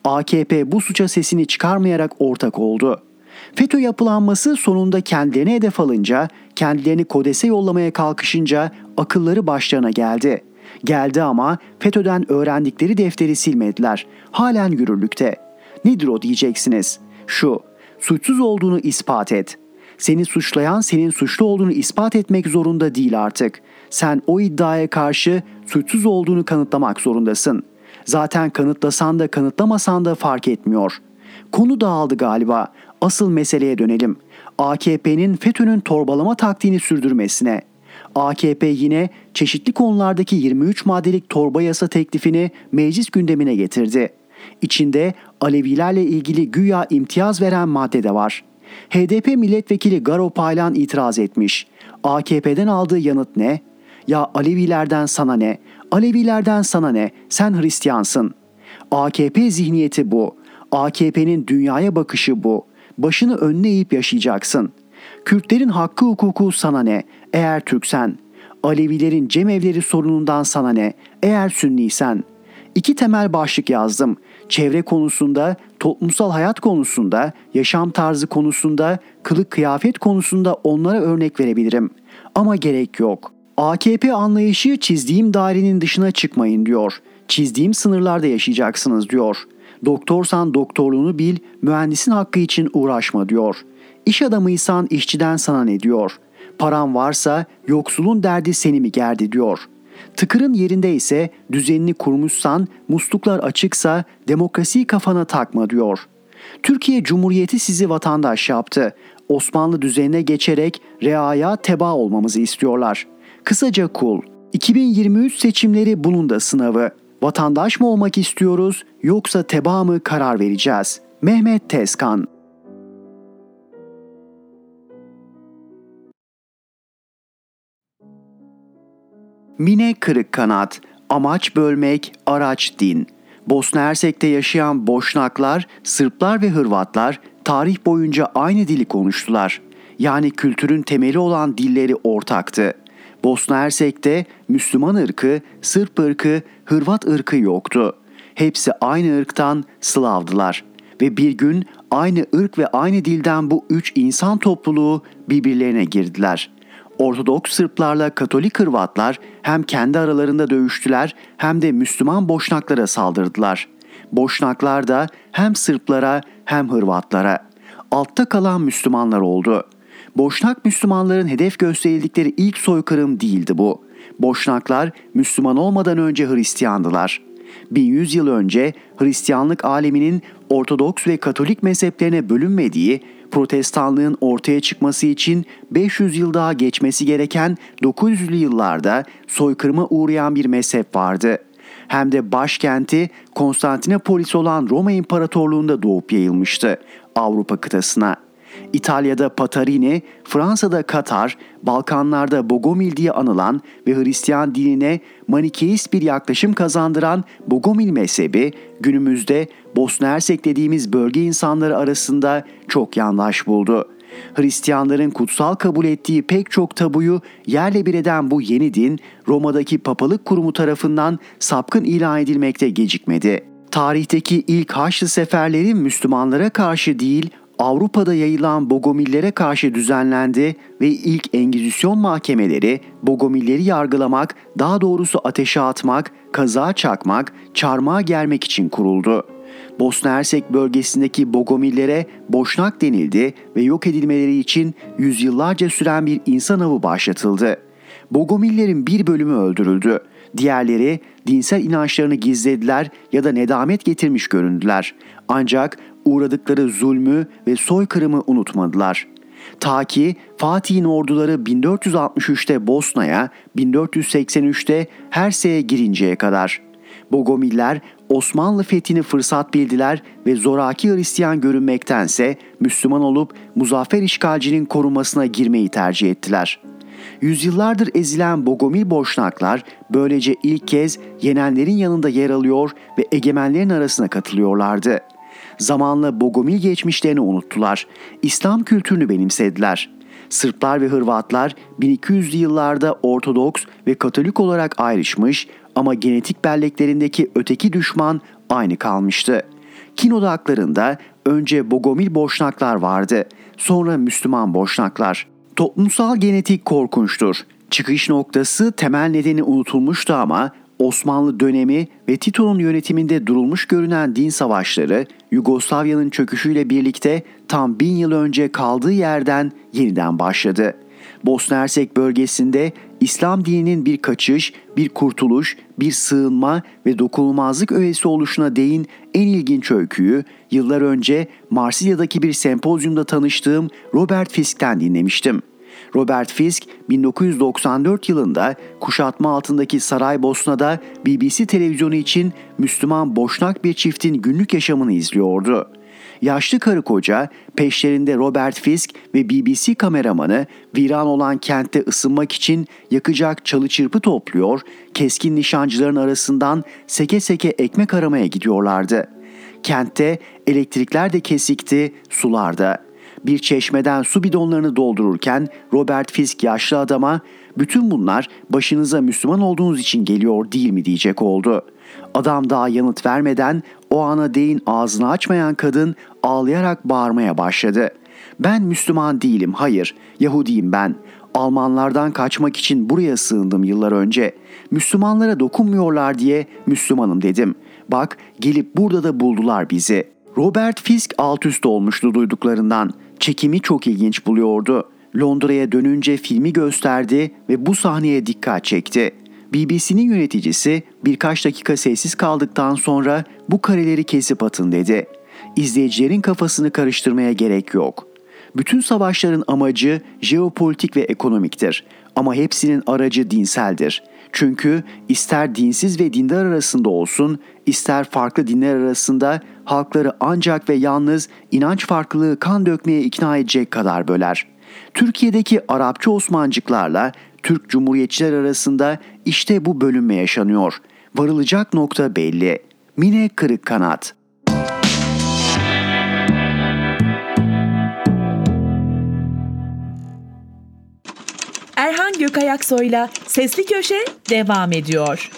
Speaker 2: AKP bu suça sesini çıkarmayarak ortak oldu. FETÖ yapılanması sonunda kendilerine hedef alınca, kendilerini KODES'e yollamaya kalkışınca akılları başlarına geldi. Geldi ama FETÖ'den öğrendikleri defteri silmediler. Halen yürürlükte. Nedir o diyeceksiniz? Şu, suçsuz olduğunu ispat et. Seni suçlayan senin suçlu olduğunu ispat etmek zorunda değil artık. Sen o iddiaya karşı suçsuz olduğunu kanıtlamak zorundasın. Zaten kanıtlasan da kanıtlamasan da fark etmiyor. Konu dağıldı galiba. Asıl meseleye dönelim. AKP'nin FETÖ'nün torbalama taktiğini sürdürmesine. AKP yine çeşitli konulardaki 23 maddelik torba yasa teklifini meclis gündemine getirdi. İçinde Alevilerle ilgili güya imtiyaz veren madde de var. HDP milletvekili Garo Paylan itiraz etmiş. AKP'den aldığı yanıt ne? Ya Alevilerden sana ne? Alevilerden sana ne? Sen Hristiyansın. AKP zihniyeti bu. AKP'nin dünyaya bakışı bu. Başını önüne eğip yaşayacaksın. Kürtlerin hakkı hukuku sana ne? Eğer Türksen. Alevilerin cemevleri sorunundan sana ne? Eğer Sünniysen. 2 temel başlık yazdım. Çevre konusunda, toplumsal hayat konusunda, yaşam tarzı konusunda, kılık kıyafet konusunda onlara örnek verebilirim. Ama gerek yok. AKP anlayışı çizdiğim dairenin dışına çıkmayın diyor. Çizdiğim sınırlarda yaşayacaksınız diyor. Doktorsan doktorluğunu bil, mühendisin hakkı için uğraşma diyor. İş adamıysan işçiden sana ne diyor. Paran varsa yoksulun derdi seni mi gerdi diyor. Tıkırın yerinde ise düzenini kurmuşsan, musluklar açıksa demokrasiyi kafana takma diyor. Türkiye Cumhuriyeti sizi vatandaş yaptı. Osmanlı düzenine geçerek reaya teba olmamızı istiyorlar. Kısaca kul. 2023 seçimleri bunun da sınavı. Vatandaş mı olmak istiyoruz yoksa teba mı karar vereceğiz? Mehmet Tezkan. Mine Kırıkkanat. Amaç bölmek, araç din. Bosna Hersek'te yaşayan Boşnaklar, Sırplar ve Hırvatlar tarih boyunca aynı dili konuştular. Yani kültürün temeli olan dilleri ortaktı. Bosna Hersek'te Müslüman ırkı, Sırp ırkı, Hırvat ırkı yoktu. Hepsi aynı ırktan Slavdılar. Ve bir gün aynı ırk ve aynı dilden bu 3 insan topluluğu birbirlerine girdiler. Ortodoks Sırplarla Katolik Hırvatlar hem kendi aralarında dövüştüler hem de Müslüman Boşnaklara saldırdılar. Boşnaklar da hem Sırplara hem Hırvatlara. Altta kalan Müslümanlar oldu. Boşnak Müslümanların hedef gösterildikleri ilk soykırım değildi bu. Boşnaklar Müslüman olmadan önce Hristiyandılar. 1100 yıl önce Hristiyanlık aleminin Ortodoks ve Katolik mezheplerine bölünmediği, Protestanlığın ortaya çıkması için 500 yıl daha geçmesi gereken 900'lü yıllarda soykırıma uğrayan bir mezhep vardı. Hem de başkenti Konstantinopolis olan Roma İmparatorluğu'nda doğup yayılmıştı Avrupa kıtasına. İtalya'da Patarini, Fransa'da Katar, Balkanlarda Bogomil diye anılan ve Hristiyan dinine Manikeist bir yaklaşım kazandıran Bogomil mezhebi günümüzde Bosna Hersek dediğimiz bölge insanları arasında çok yandaş buldu. Hristiyanların kutsal kabul ettiği pek çok tabuyu yerle bir eden bu yeni din Roma'daki papalık kurumu tarafından sapkın ilan edilmekte gecikmedi. Tarihteki ilk Haçlı seferleri Müslümanlara karşı değil, Avrupa'da yayılan Bogomillere karşı düzenlendi ve ilk Engizisyon mahkemeleri Bogomilleri yargılamak, daha doğrusu ateşe atmak, kazığa çakmak, çarmıha germek için kuruldu. Bosna Hersek bölgesindeki Bogomillere Boşnak denildi ve yok edilmeleri için yüzyıllarca süren bir insan avı başlatıldı. Bogomillerin bir bölümü öldürüldü. Diğerleri dinsel inançlarını gizlediler ya da nedamet getirmiş göründüler. Ancak uğradıkları zulmü ve soykırımı unutmadılar. Ta ki Fatih'in orduları 1463'te Bosna'ya, 1483'te Hersek'e girinceye kadar. Bogomiller Osmanlı fethini fırsat bildiler ve zoraki Hristiyan görünmektense Müslüman olup muzaffer işgalcinin korunmasına girmeyi tercih ettiler. Yüzyıllardır ezilen Bogomil Boşnaklar böylece ilk kez yenenlerin yanında yer alıyor ve egemenlerin arasına katılıyorlardı. Zamanla Bogomil geçmişlerini unuttular. İslam kültürünü benimsediler. Sırplar ve Hırvatlar 1200'lü yıllarda Ortodoks ve Katolik olarak ayrışmış ama genetik belleklerindeki öteki düşman aynı kalmıştı. Kin odaklarında önce Bogomil Boşnaklar vardı, sonra Müslüman Boşnaklar. Toplumsal genetik korkunçtur. Çıkış noktası temel nedeni unutulmuştu ama Osmanlı dönemi ve Tito'nun yönetiminde durulmuş görünen din savaşları Yugoslavya'nın çöküşüyle birlikte tam 1000 yıl önce kaldığı yerden yeniden başladı. Bosna Hersek bölgesinde İslam dininin bir kaçış, bir kurtuluş, bir sığınma ve dokunulmazlık öğesi oluşuna değin en ilginç öyküyü yıllar önce Marsilya'daki bir sempozyumda tanıştığım Robert Fisk'ten dinlemiştim. Robert Fisk 1994 yılında kuşatma altındaki Saraybosna'da BBC televizyonu için Müslüman Boşnak bir çiftin günlük yaşamını izliyordu. Yaşlı karı koca peşlerinde Robert Fisk ve BBC kameramanı viran olan kentte ısınmak için yakacak çalı çırpı topluyor, keskin nişancıların arasından seke seke ekmek aramaya gidiyorlardı. Kentte elektrikler de kesikti, sular da. Bir çeşmeden su bidonlarını doldururken Robert Fisk yaşlı adama "Bütün bunlar başınıza Müslüman olduğunuz için geliyor değil mi?" diyecek oldu. Adam daha yanıt vermeden o ana değin ağzını açmayan kadın ağlayarak bağırmaya başladı. "Ben Müslüman değilim, hayır, Yahudiyim ben. Almanlardan kaçmak için buraya sığındım yıllar önce. Müslümanlara dokunmuyorlar diye Müslümanım dedim. Bak, gelip burada da buldular bizi." Robert Fisk alt üst olmuştu duyduklarından. Çekimi çok ilginç buluyordu. Londra'ya dönünce filmi gösterdi ve bu sahneye dikkat çekti. BBC'nin yöneticisi birkaç dakika sessiz kaldıktan sonra "Bu kareleri kesip atın" dedi. İzleyicilerin kafasını karıştırmaya gerek yok. Bütün savaşların amacı jeopolitik ve ekonomiktir. Ama hepsinin aracı dinseldir. Çünkü ister dinsiz ve dindar arasında olsun, ister farklı dinler arasında halkları ancak ve yalnız inanç farklılığı kan dökmeye ikna edecek kadar böler. Türkiye'deki Arapçı Osmancıklarla Türk Cumhuriyetçiler arasında işte bu bölünme yaşanıyor. Varılacak nokta belli. Mine Kırıkkanat.
Speaker 1: Erhan Gökayaksoy'la Sesli Köşe devam ediyor.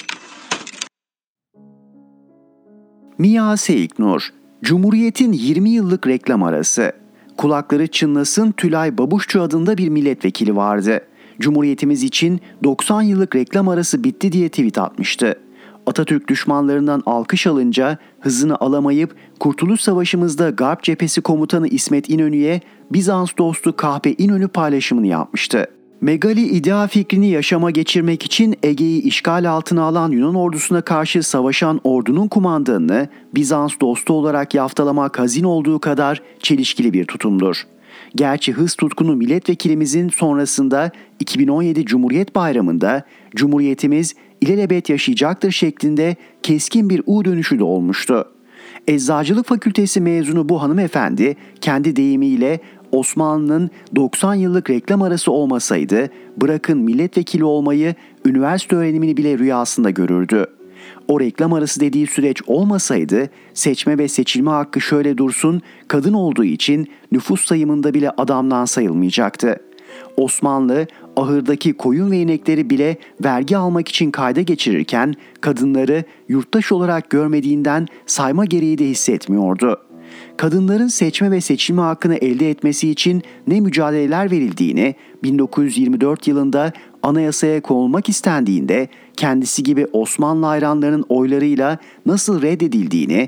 Speaker 2: Mia Seyiknur, Cumhuriyet'in 20 yıllık reklam arası. Kulakları çınlasın Tülay Babuşçu adında bir milletvekili vardı. Cumhuriyetimiz için 90 yıllık reklam arası bitti diye tweet atmıştı. Atatürk düşmanlarından alkış alınca hızını alamayıp Kurtuluş Savaşı'mızda Garp Cephesi Komutanı İsmet İnönü'ye Bizans dostu Kahpe İnönü paylaşımını yapmıştı. Megali idea fikrini yaşama geçirmek için Ege'yi işgal altına alan Yunan ordusuna karşı savaşan ordunun kumandanını Bizans dostu olarak yaftalamak hazin olduğu kadar çelişkili bir tutumdur. Gerçi hız tutkunu milletvekilimizin sonrasında 2017 Cumhuriyet Bayramı'nda Cumhuriyetimiz ilelebet yaşayacaktır şeklinde keskin bir U dönüşü de olmuştu. Eczacılık Fakültesi mezunu bu hanımefendi kendi deyimiyle Osmanlı'nın 90 yıllık reklam arası olmasaydı bırakın milletvekili olmayı üniversite öğrenimini bile rüyasında görürdü. O reklam arası dediği süreç olmasaydı seçme ve seçilme hakkı şöyle dursun kadın olduğu için nüfus sayımında bile adamdan sayılmayacaktı. Osmanlı ahırdaki koyun ve inekleri bile vergi almak için kayda geçirirken kadınları yurttaş olarak görmediğinden sayma gereği de hissetmiyordu. Kadınların seçme ve seçilme hakkını elde etmesi için ne mücadeleler verildiğini 1924 yılında anayasaya konulmak istendiğinde kendisi gibi Osmanlı hayranlarının oylarıyla nasıl reddedildiğini,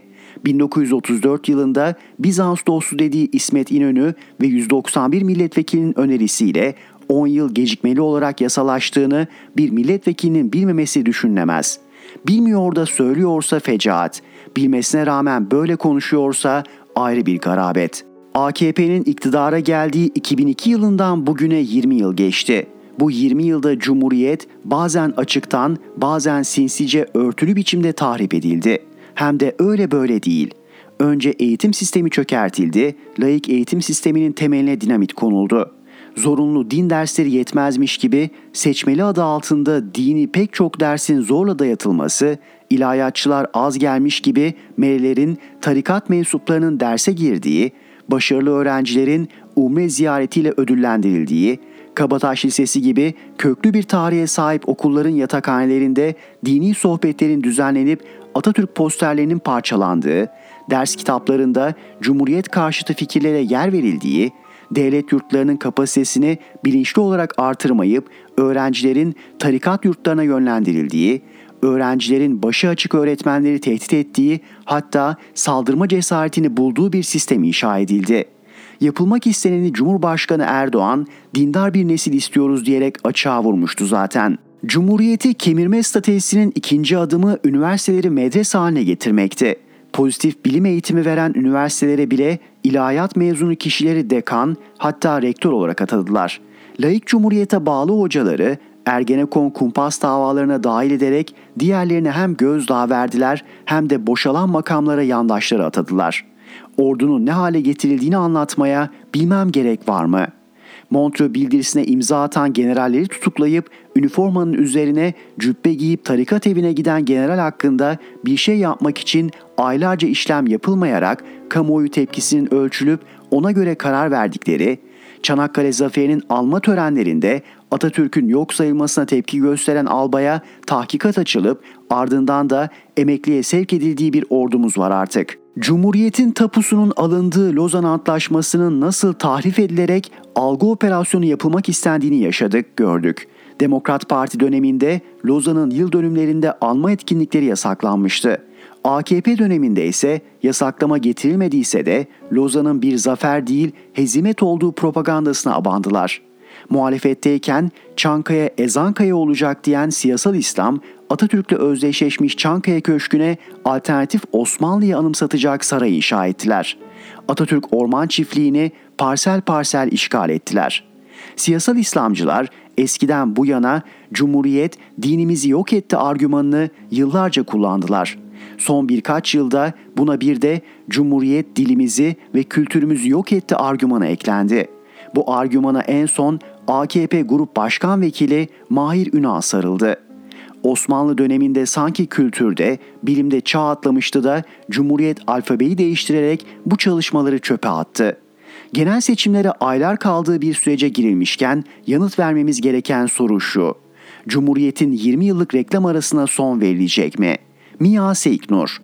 Speaker 2: 1934 yılında Bizans dostu dediği İsmet İnönü ve 191 milletvekilinin önerisiyle 10 yıl gecikmeli olarak yasalaştığını bir milletvekilinin bilmemesi düşünülemez. Bilmiyor da söylüyorsa fecaat, bilmesine rağmen böyle konuşuyorsa ayrı bir garabet. AKP'nin iktidara geldiği 2002 yılından bugüne 20 yıl geçti. Bu 20 yılda Cumhuriyet bazen açıktan, bazen sinsice örtülü biçimde tahrip edildi. Hem de öyle böyle değil. Önce eğitim sistemi çökertildi, laik eğitim sisteminin temeline dinamit konuldu. Zorunlu din dersleri yetmezmiş gibi seçmeli adı altında dini pek çok dersin zorla dayatılması, ilahiyatçılar az gelmiş gibi melelerin, tarikat mensuplarının derse girdiği, başarılı öğrencilerin umre ziyaretiyle ödüllendirildiği, Kabataş Lisesi gibi köklü bir tarihe sahip okulların yatakhanelerinde dini sohbetlerin düzenlenip Atatürk posterlerinin parçalandığı, ders kitaplarında Cumhuriyet karşıtı fikirlere yer verildiği, devlet yurtlarının kapasitesini bilinçli olarak artırmayıp öğrencilerin tarikat yurtlarına yönlendirildiği, öğrencilerin başı açık öğretmenleri tehdit ettiği, hatta saldırma cesaretini bulduğu bir sistem inşa edildi. Yapılmak isteneni Cumhurbaşkanı Erdoğan, dindar bir nesil istiyoruz diyerek açığa vurmuştu zaten. Cumhuriyeti kemirme stratejisinin ikinci adımı üniversiteleri medrese haline getirmekti. Pozitif bilim eğitimi veren üniversitelere bile ilahiyat mezunu kişileri dekan, hatta rektör olarak atadılar. Laik Cumhuriyete bağlı hocaları Ergenekon kumpas davalarına dahil ederek diğerlerine hem gözdağı verdiler hem de boşalan makamlara yandaşları atadılar. Ordunun ne hale getirildiğini anlatmaya bilmem gerek var mı? Montreux bildirisine imza atan generalleri tutuklayıp üniformanın üzerine cübbe giyip tarikat evine giden general hakkında bir şey yapmak için aylarca işlem yapılmayarak kamuoyu tepkisinin ölçülüp ona göre karar verdikleri, Çanakkale Zaferi'nin alma törenlerinde Atatürk'ün yok sayılmasına tepki gösteren albaya tahkikat açılıp ardından da emekliye sevk edildiği bir ordumuz var artık. Cumhuriyetin tapusunun alındığı Lozan Antlaşması'nın nasıl tahrif edilerek algı operasyonu yapılmak istendiğini yaşadık, gördük. Demokrat Parti döneminde Lozan'ın yıl dönümlerinde alma etkinlikleri yasaklanmıştı. AKP döneminde ise yasaklama getirilmediyse de Lozan'ın bir zafer değil hezimet olduğu propagandasına abandılar. Muhalefetteyken Çankaya Ezankaya olacak diyen siyasal İslam, Atatürk'le özdeşleşmiş Çankaya Köşkü'ne alternatif Osmanlı'yı anımsatacak saray inşa ettiler. Atatürk Orman Çiftliği'ni parsel parsel işgal ettiler. Siyasal İslamcılar eskiden bu yana Cumhuriyet dinimizi yok etti argümanını yıllarca kullandılar. Son birkaç yılda buna bir de Cumhuriyet dilimizi ve kültürümüzü yok etti argümanı eklendi. Bu argümana en son AKP Grup Başkan Vekili Mahir Ünal sarıldı. Osmanlı döneminde sanki kültürde, bilimde çağ atlamıştı da Cumhuriyet alfabeyi değiştirerek bu çalışmaları çöpe attı. Genel seçimlere aylar kaldığı bir sürece girilmişken yanıt vermemiz gereken soru şu: Cumhuriyet'in 20 yıllık reklam arasına son verilecek mi? Mia Seyknur.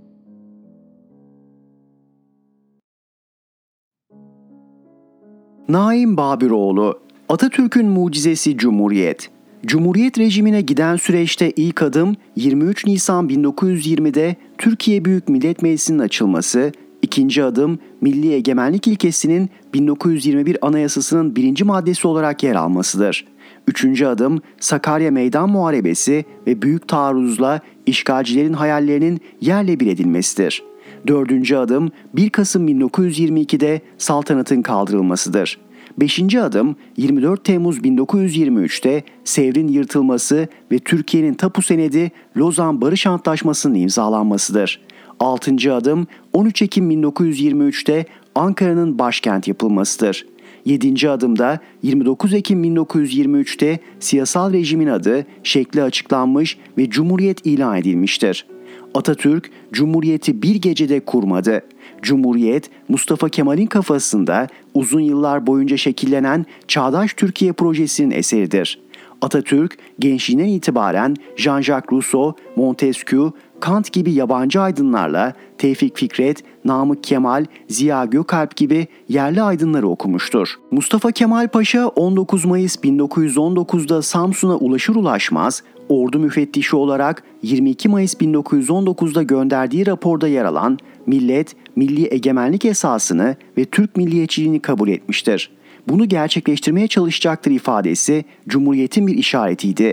Speaker 2: Naim Babiroğlu, Atatürk'ün mucizesi Cumhuriyet. Cumhuriyet rejimine giden süreçte ilk adım 23 Nisan 1920'de Türkiye Büyük Millet Meclisi'nin açılması, ikinci adım milli egemenlik ilkesinin 1921 Anayasası'nın 1. maddesi olarak yer almasıdır. Üçüncü adım Sakarya Meydan Muharebesi ve büyük taarruzla işgalcilerin hayallerinin yerle bir edilmesidir. Dördüncü adım 1 Kasım 1922'de saltanatın kaldırılmasıdır. Beşinci adım 24 Temmuz 1923'te Sevr'in yırtılması ve Türkiye'nin tapu senedi Lozan Barış Antlaşması'nın imzalanmasıdır. Altıncı adım 13 Ekim 1923'te Ankara'nın başkent yapılmasıdır. 7. adımda 29 Ekim 1923'te siyasal rejimin adı, şekli açıklanmış ve Cumhuriyet ilan edilmiştir. Atatürk, Cumhuriyeti bir gecede kurmadı. Cumhuriyet, Mustafa Kemal'in kafasında uzun yıllar boyunca şekillenen Çağdaş Türkiye projesinin eseridir. Atatürk, gençliğinden itibaren Jean-Jacques Rousseau, Montesquieu, Kant gibi yabancı aydınlarla Tevfik Fikret, Namık Kemal, Ziya Gökalp gibi yerli aydınları okumuştur. Mustafa Kemal Paşa 19 Mayıs 1919'da Samsun'a ulaşır ulaşmaz ordu müfettişi olarak 22 Mayıs 1919'da gönderdiği raporda yer alan millet, milli egemenlik esasını ve Türk milliyetçiliğini kabul etmiştir. Bunu gerçekleştirmeye çalışacaktır ifadesi Cumhuriyet'in bir işaretiydi.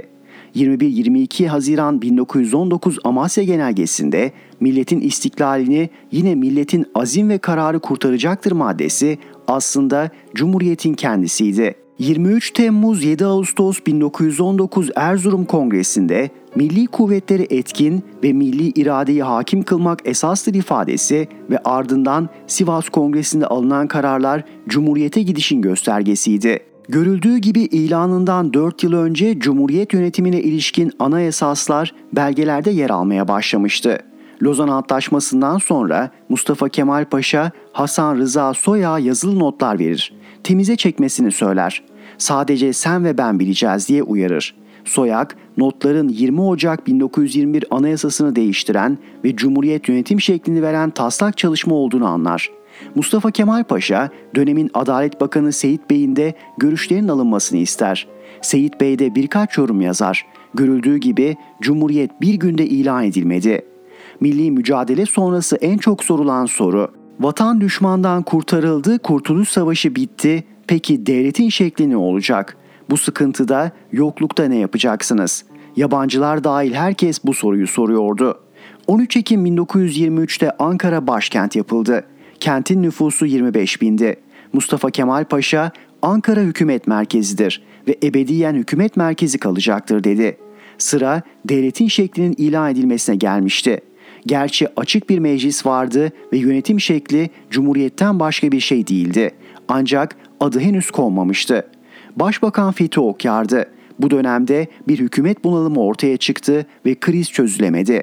Speaker 2: 21-22 Haziran 1919 Amasya Genelgesi'nde milletin istiklalini yine milletin azim ve kararı kurtaracaktır maddesi aslında Cumhuriyet'in kendisiydi. 23 Temmuz 7 Ağustos 1919 Erzurum Kongresi'nde milli kuvvetleri etkin ve milli iradeyi hakim kılmak esastır ifadesi ve ardından Sivas Kongresi'nde alınan kararlar Cumhuriyet'e gidişin göstergesiydi. Görüldüğü gibi ilanından 4 yıl önce Cumhuriyet yönetimine ilişkin ana esaslar belgelerde yer almaya başlamıştı. Lozan Antlaşması'ndan sonra Mustafa Kemal Paşa Hasan Rıza Soy'a yazılı notlar verir. Temize çekmesini söyler. Sadece sen ve ben bileceğiz diye uyarır. Soyak, notların 20 Ocak 1921 Anayasasını değiştiren ve Cumhuriyet yönetim şeklini veren taslak çalışma olduğunu anlar. Mustafa Kemal Paşa, dönemin Adalet Bakanı Seyit Bey'in de görüşlerinin alınmasını ister. Seyit Bey de birkaç yorum yazar. Görüldüğü gibi Cumhuriyet bir günde ilan edilmedi. Milli mücadele sonrası en çok sorulan soru, vatan düşmandan kurtarıldı, Kurtuluş Savaşı bitti, peki devletin şekli ne olacak? Bu sıkıntıda, yoklukta ne yapacaksınız? Yabancılar dahil herkes bu soruyu soruyordu. 13 Ekim 1923'te Ankara başkent yapıldı. Kentin nüfusu 25 bindi. Mustafa Kemal Paşa, Ankara hükümet merkezidir ve ebediyen hükümet merkezi kalacaktır dedi. Sıra devletin şeklinin ilan edilmesine gelmişti. Gerçi açık bir meclis vardı ve yönetim şekli Cumhuriyet'ten başka bir şey değildi. Ancak adı henüz konmamıştı. Başbakan Fethi Okyar'dı. Bu dönemde bir hükümet bunalımı ortaya çıktı ve kriz çözülemedi.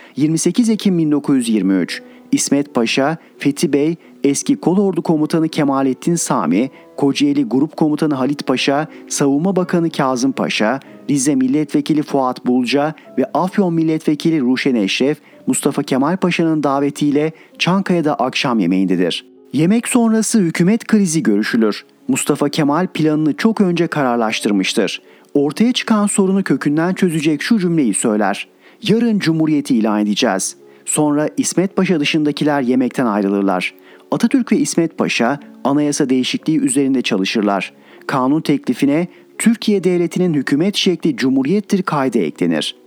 Speaker 2: 28 Ekim 1923 İsmet Paşa, Fethi Bey, eski Kolordu Komutanı Kemalettin Sami, Kocaeli Grup Komutanı Halit Paşa, Savunma Bakanı Kazım Paşa, Rize Milletvekili Fuat Bulca ve Afyon Milletvekili Ruşen Eşref, Mustafa Kemal Paşa'nın davetiyle Çankaya'da akşam yemeğindedir. Yemek sonrası hükümet krizi görüşülür. Mustafa Kemal planını çok önce kararlaştırmıştır. Ortaya çıkan sorunu kökünden çözecek şu cümleyi söyler. Yarın Cumhuriyeti ilan edeceğiz. Sonra İsmet Paşa dışındakiler yemekten ayrılırlar. Atatürk ve İsmet Paşa anayasa değişikliği üzerinde çalışırlar. Kanun teklifine Türkiye Devleti'nin hükümet şekli Cumhuriyettir kaydı eklenir.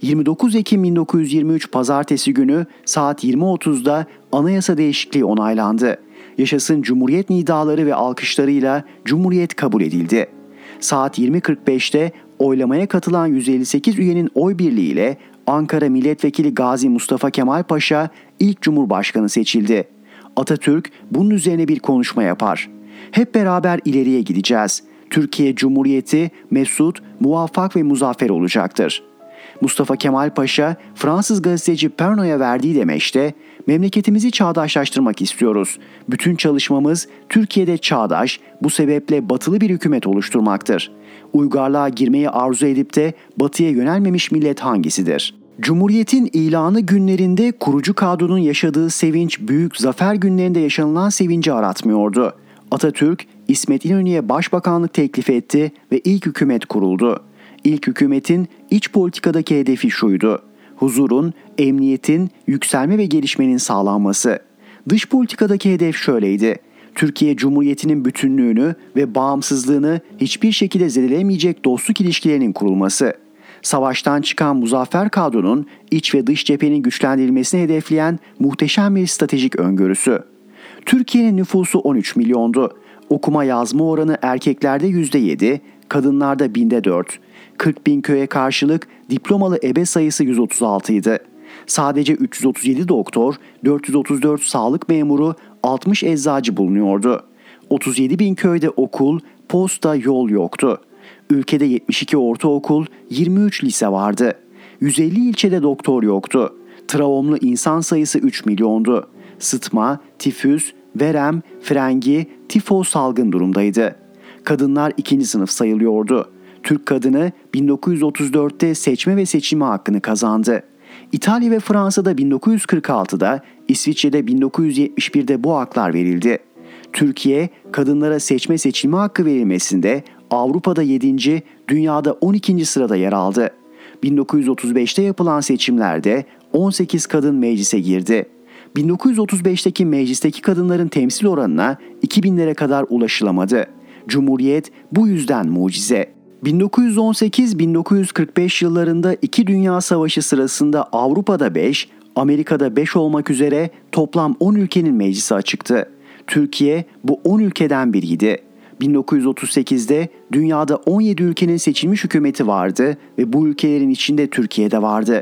Speaker 2: 29 Ekim 1923 Pazartesi günü saat 20.30'da anayasa değişikliği onaylandı. Yaşasın Cumhuriyet nidaları ve alkışlarıyla Cumhuriyet kabul edildi. Saat 20.45'te oylamaya katılan 158 üyenin oy birliğiyle Ankara Milletvekili Gazi Mustafa Kemal Paşa ilk Cumhurbaşkanı seçildi. Atatürk bunun üzerine bir konuşma yapar. Hep beraber ileriye gideceğiz. Türkiye Cumhuriyeti mesut, muvaffak ve muzaffer olacaktır. Mustafa Kemal Paşa Fransız gazeteci Pernod'a verdiği demeçte memleketimizi çağdaşlaştırmak istiyoruz. Bütün çalışmamız Türkiye'de çağdaş, bu sebeple batılı bir hükümet oluşturmaktır. Uygarlığa girmeyi arzu edip de batıya yönelmemiş millet hangisidir? Cumhuriyetin ilanı günlerinde kurucu kadronun yaşadığı sevinç büyük zafer günlerinde yaşanılan sevinci aratmıyordu. Atatürk İsmet İnönü'ye başbakanlık teklif etti ve ilk hükümet kuruldu. İlk hükümetin iç politikadaki hedefi şuydu: huzurun, emniyetin, yükselme ve gelişmenin sağlanması. Dış politikadaki hedef şöyleydi: Türkiye Cumhuriyeti'nin bütünlüğünü ve bağımsızlığını hiçbir şekilde zedelemeyecek dostluk ilişkilerinin kurulması. Savaştan çıkan muzaffer kadronun iç ve dış cephenin güçlendirilmesini hedefleyen muhteşem bir stratejik öngörüsü. Türkiye'nin nüfusu 13 milyondu. Okuma yazma oranı erkeklerde %7, kadınlarda 4. 40 bin köye karşılık diplomalı ebe sayısı 136 idi. Sadece 337 doktor, 434 sağlık memuru, 60 eczacı bulunuyordu. 37 bin köyde okul, posta, yol yoktu. Ülkede 72 ortaokul, 23 lise vardı. 150 ilçede doktor yoktu. Travmlı insan sayısı 3 milyondu. Sıtma, tifüs, verem, frengi, tifo salgın durumdaydı. Kadınlar 2. sınıf sayılıyordu. Türk kadını 1934'te seçme ve seçilme hakkını kazandı. İtalya ve Fransa'da 1946'da, İsviçre'de 1971'de bu haklar verildi. Türkiye, kadınlara seçme seçilme hakkı verilmesinde Avrupa'da 7. dünyada 12. sırada yer aldı. 1935'te yapılan seçimlerde 18 kadın meclise girdi. 1935'teki meclisteki kadınların temsil oranına 2000'lere kadar ulaşılamadı. Cumhuriyet bu yüzden mucize. 1918-1945 yıllarında 2 Dünya Savaşı sırasında Avrupa'da 5, Amerika'da 5 olmak üzere toplam 10 ülkenin meclisi açıktı. Türkiye bu 10 ülkeden biriydi. 1938'de dünyada 17 ülkenin seçilmiş hükümeti vardı ve bu ülkelerin içinde Türkiye'de vardı.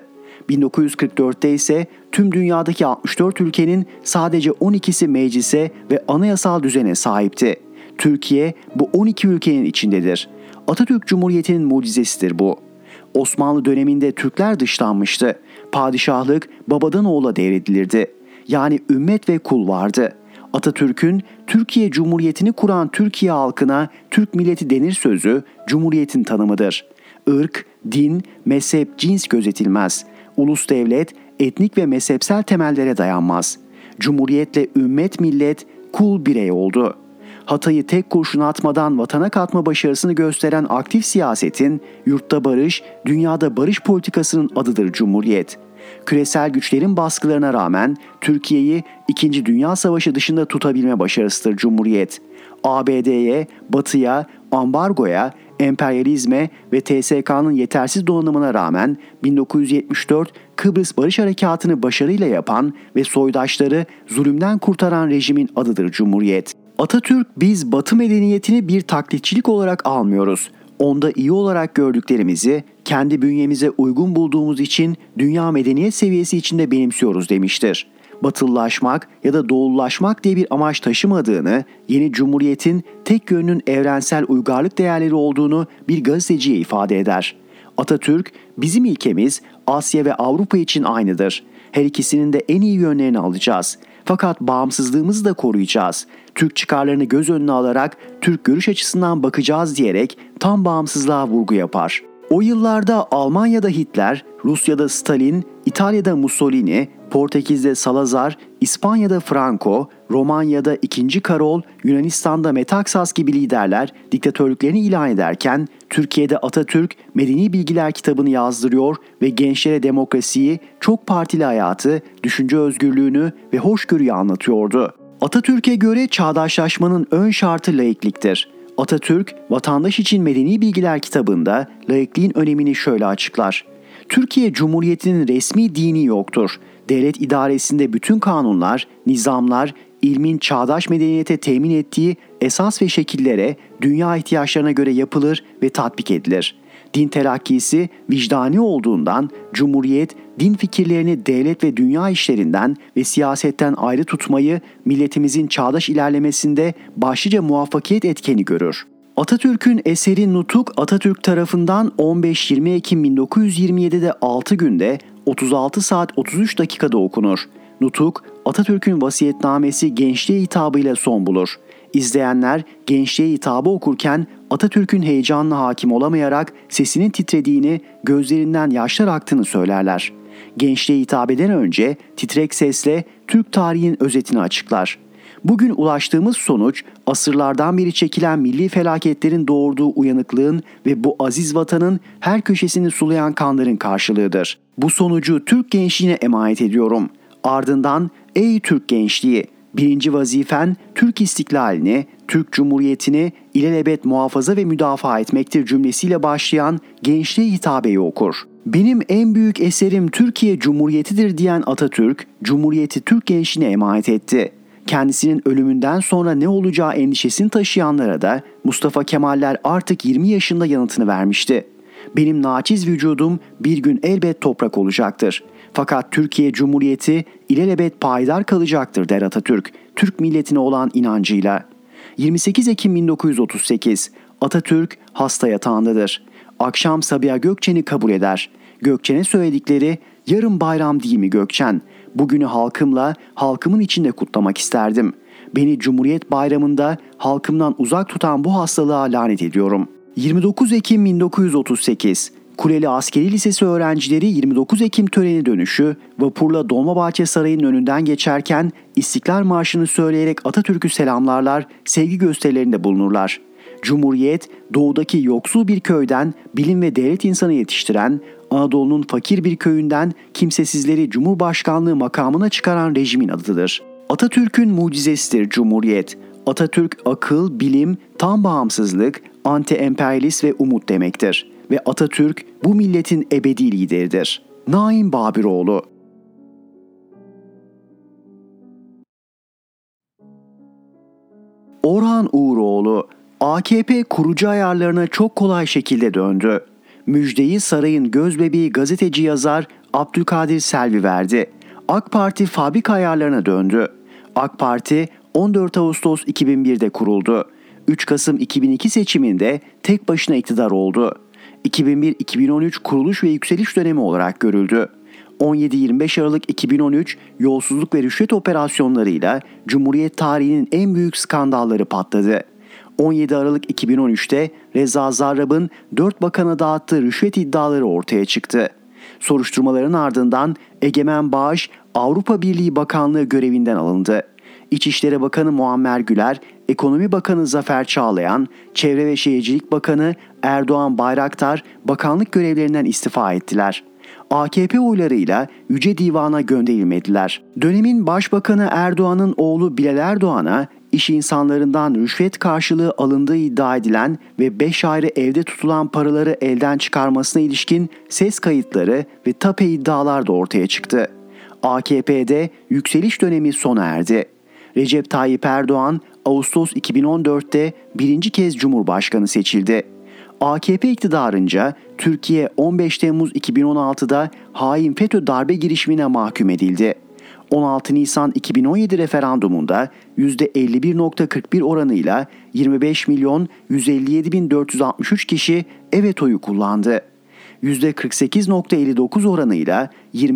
Speaker 2: 1944'te ise tüm dünyadaki 64 ülkenin sadece 12'si meclise ve anayasal düzene sahipti. Türkiye bu 12 ülkenin içindedir. Atatürk Cumhuriyeti'nin mucizesidir bu. Osmanlı döneminde Türkler dışlanmıştı. Padişahlık babadan oğula devredilirdi. Yani ümmet ve kul vardı. Atatürk'ün Türkiye Cumhuriyeti'ni kuran Türkiye halkına Türk milleti denir sözü Cumhuriyet'in tanımıdır. Irk, din, mezhep, cins gözetilmez. Ulus devlet, etnik ve mezhepsel temellere dayanmaz. Cumhuriyetle ümmet millet, kul birey oldu. Hatay'ı tek kurşun atmadan vatana katma başarısını gösteren aktif siyasetin, yurtta barış, dünyada barış politikasının adıdır Cumhuriyet. Küresel güçlerin baskılarına rağmen Türkiye'yi 2. Dünya Savaşı dışında tutabilme başarısıdır Cumhuriyet. ABD'ye, Batı'ya, ambargoya, emperyalizme ve TSK'nın yetersiz donanımına rağmen 1974 Kıbrıs Barış Harekatı'nı başarıyla yapan ve soydaşları zulümden kurtaran rejimin adıdır Cumhuriyet. Atatürk, biz Batı medeniyetini bir taklitçilik olarak almıyoruz. Onda iyi olarak gördüklerimizi kendi bünyemize uygun bulduğumuz için dünya medeniyet seviyesi içinde benimsiyoruz demiştir. Batılılaşmak ya da doğululaşmak diye bir amaç taşımadığını, yeni cumhuriyetin tek yönünün evrensel uygarlık değerleri olduğunu bir gazeteciye ifade eder. Atatürk, bizim ilkemiz Asya ve Avrupa için aynıdır. Her ikisinin de en iyi yönlerini alacağız. Fakat bağımsızlığımızı da koruyacağız. Türk çıkarlarını göz önüne alarak Türk görüş açısından bakacağız diyerek tam bağımsızlığa vurgu yapar. O yıllarda Almanya'da Hitler, Rusya'da Stalin, İtalya'da Mussolini, Portekiz'de Salazar, İspanya'da Franco, Romanya'da II. Karol, Yunanistan'da Metaksas gibi liderler diktatörlüklerini ilan ederken Türkiye'de Atatürk Medeni Bilgiler kitabını yazdırıyor ve gençlere demokrasiyi, çok partili hayatı, düşünce özgürlüğünü ve hoşgörüyü anlatıyordu. Atatürk'e göre çağdaşlaşmanın ön şartı laikliktir. Atatürk, Vatandaş için Medeni Bilgiler kitabında laikliğin önemini şöyle açıklar. Türkiye Cumhuriyeti'nin resmi dini yoktur. Devlet idaresinde bütün kanunlar, nizamlar, ilmin çağdaş medeniyete temin ettiği esas ve şekillere, dünya ihtiyaçlarına göre yapılır ve tatbik edilir. Din telakkisi vicdani olduğundan Cumhuriyet, din fikirlerini devlet ve dünya işlerinden ve siyasetten ayrı tutmayı milletimizin çağdaş ilerlemesinde başlıca muvaffakiyet etkeni görür. Atatürk'ün eseri Nutuk, Atatürk tarafından 15-20 Ekim 1927'de 6 günde 36 saat 33 dakikada okunur. Nutuk, Atatürk'ün vasiyetnamesi gençliğe hitabıyla son bulur. İzleyenler gençliğe hitabı okurken Atatürk'ün heyecanına hakim olamayarak sesinin titrediğini, gözlerinden yaşlar aktığını söylerler. Gençliğe hitap eden önce titrek sesle Türk tarihinin özetini açıklar. Bugün ulaştığımız sonuç, asırlardan beri çekilen milli felaketlerin doğurduğu uyanıklığın ve bu aziz vatanın her köşesini sulayan kanların karşılığıdır. Bu sonucu Türk gençliğine emanet ediyorum. Ardından ey Türk gençliği, birinci vazifen Türk istiklalini, Türk Cumhuriyeti'ni ilelebet muhafaza ve müdafaa etmektir cümlesiyle başlayan gençliğe hitabeyi okur. Benim en büyük eserim Türkiye Cumhuriyeti'dir diyen Atatürk, Cumhuriyeti Türk gençliğine emanet etti. Kendisinin ölümünden sonra ne olacağı endişesini taşıyanlara da Mustafa Kemaller artık 20 yaşında yanıtını vermişti. Benim naçiz vücudum bir gün elbet toprak olacaktır. Fakat Türkiye Cumhuriyeti ilelebet payidar kalacaktır der Atatürk, Türk milletine olan inancıyla. 28 Ekim 1938, Atatürk hasta yatağındadır. Akşam Sabiha Gökçen'i kabul eder. Gökçen'e söyledikleri, yarın bayram değil mi Gökçen? Bugünü halkımla, halkımın içinde kutlamak isterdim. Beni Cumhuriyet Bayramı'nda halkımdan uzak tutan bu hastalığa lanet ediyorum. 29 Ekim 1938, Kuleli Askeri Lisesi öğrencileri 29 Ekim töreni dönüşü vapurla Dolmabahçe Sarayı'nın önünden geçerken İstiklal Marşı'nı söyleyerek Atatürk'ü selamlarlar, sevgi gösterilerinde bulunurlar. Cumhuriyet, doğudaki yoksul bir köyden bilim ve devlet insanı yetiştiren, Anadolu'nun fakir bir köyünden kimsesizleri Cumhurbaşkanlığı makamına çıkaran rejimin adıdır. Atatürk'ün mucizesidir Cumhuriyet. Atatürk akıl, bilim, tam bağımsızlık, anti-emperyalist ve umut demektir. Ve Atatürk bu milletin ebedi lideridir. Naim Babiroğlu. Orhan Uğuroğlu, AKP kurucu ayarlarına çok kolay şekilde döndü. Müjdeyi sarayın gözbebeği gazeteci yazar Abdülkadir Selvi verdi. AK Parti fabrika ayarlarına döndü. AK Parti 14 Ağustos 2001'de kuruldu. 3 Kasım 2002 seçiminde tek başına iktidar oldu. 2001-2013 kuruluş ve yükseliş dönemi olarak görüldü. 17-25 Aralık 2013 yolsuzluk ve rüşvet operasyonlarıyla Cumhuriyet tarihinin en büyük skandalları patladı. 17 Aralık 2013'te Reza Zarrab'ın 4 bakana dağıttığı rüşvet iddiaları ortaya çıktı. Soruşturmaların ardından Egemen Bağış Avrupa Birliği Bakanlığı görevinden alındı. İçişleri Bakanı Muammer Güler, Ekonomi Bakanı Zafer Çağlayan, Çevre ve Şehircilik Bakanı Erdoğan Bayraktar bakanlık görevlerinden istifa ettiler. AKP oylarıyla Yüce Divan'a gönderilmediler. Dönemin Başbakanı Erdoğan'ın oğlu Bilal Erdoğan'a iş insanlarından rüşvet karşılığı alındığı iddia edilen ve 5 ayrı evde tutulan paraları elden çıkarmasına ilişkin ses kayıtları ve tape iddialar da ortaya çıktı. AKP'de yükseliş dönemi sona erdi. Recep Tayyip Erdoğan Ağustos 2014'te birinci kez Cumhurbaşkanı seçildi. AKP iktidarınca Türkiye 15 Temmuz 2016'da hain FETÖ darbe girişimine mahkum edildi. 16 Nisan 2017 referandumunda %51.41 oranıyla 25.157.463 kişi evet oyu kullandı. %48.59 oranıyla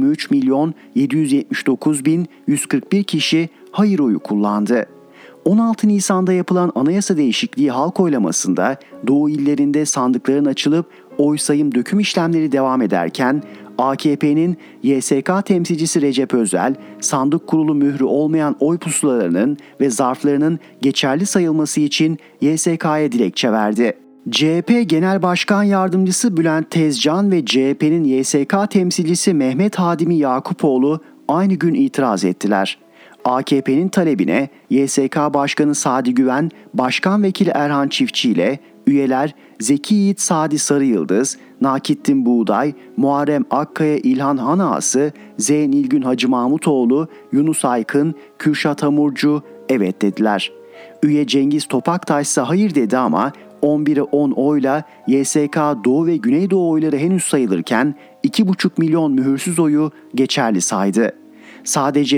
Speaker 2: 23.779.141 kişi hayır oyu kullandı. 16 Nisan'da yapılan anayasa değişikliği halk oylamasında Doğu illerinde sandıkların açılıp oy sayım döküm işlemleri devam ederken AKP'nin YSK temsilcisi Recep Özel, sandık kurulu mührü olmayan oy pusulalarının ve zarflarının geçerli sayılması için YSK'ya dilekçe verdi. CHP Genel Başkan Yardımcısı Bülent Tezcan ve CHP'nin YSK temsilcisi Mehmet Hadimi Yakupoğlu aynı gün itiraz ettiler. AKP'nin talebine YSK Başkanı Sadi Güven, Başkan Vekili Erhan Çiftçi ile üyeler Zeki Yiğit Sadi Sarıyıldız, Nakittin Buğday, Muharrem Akkaya İlhan Hanağası, Z. Nilgün Hacı Mahmutoğlu, Yunus Aykın, Kürşat Hamurcu evet dediler. Üye Cengiz Topaktaş ise hayır dedi ama 11'e 10 oyla YSK Doğu ve Güneydoğu oyları henüz sayılırken 2,5 milyon mühürsüz oyu geçerli saydı. Sadece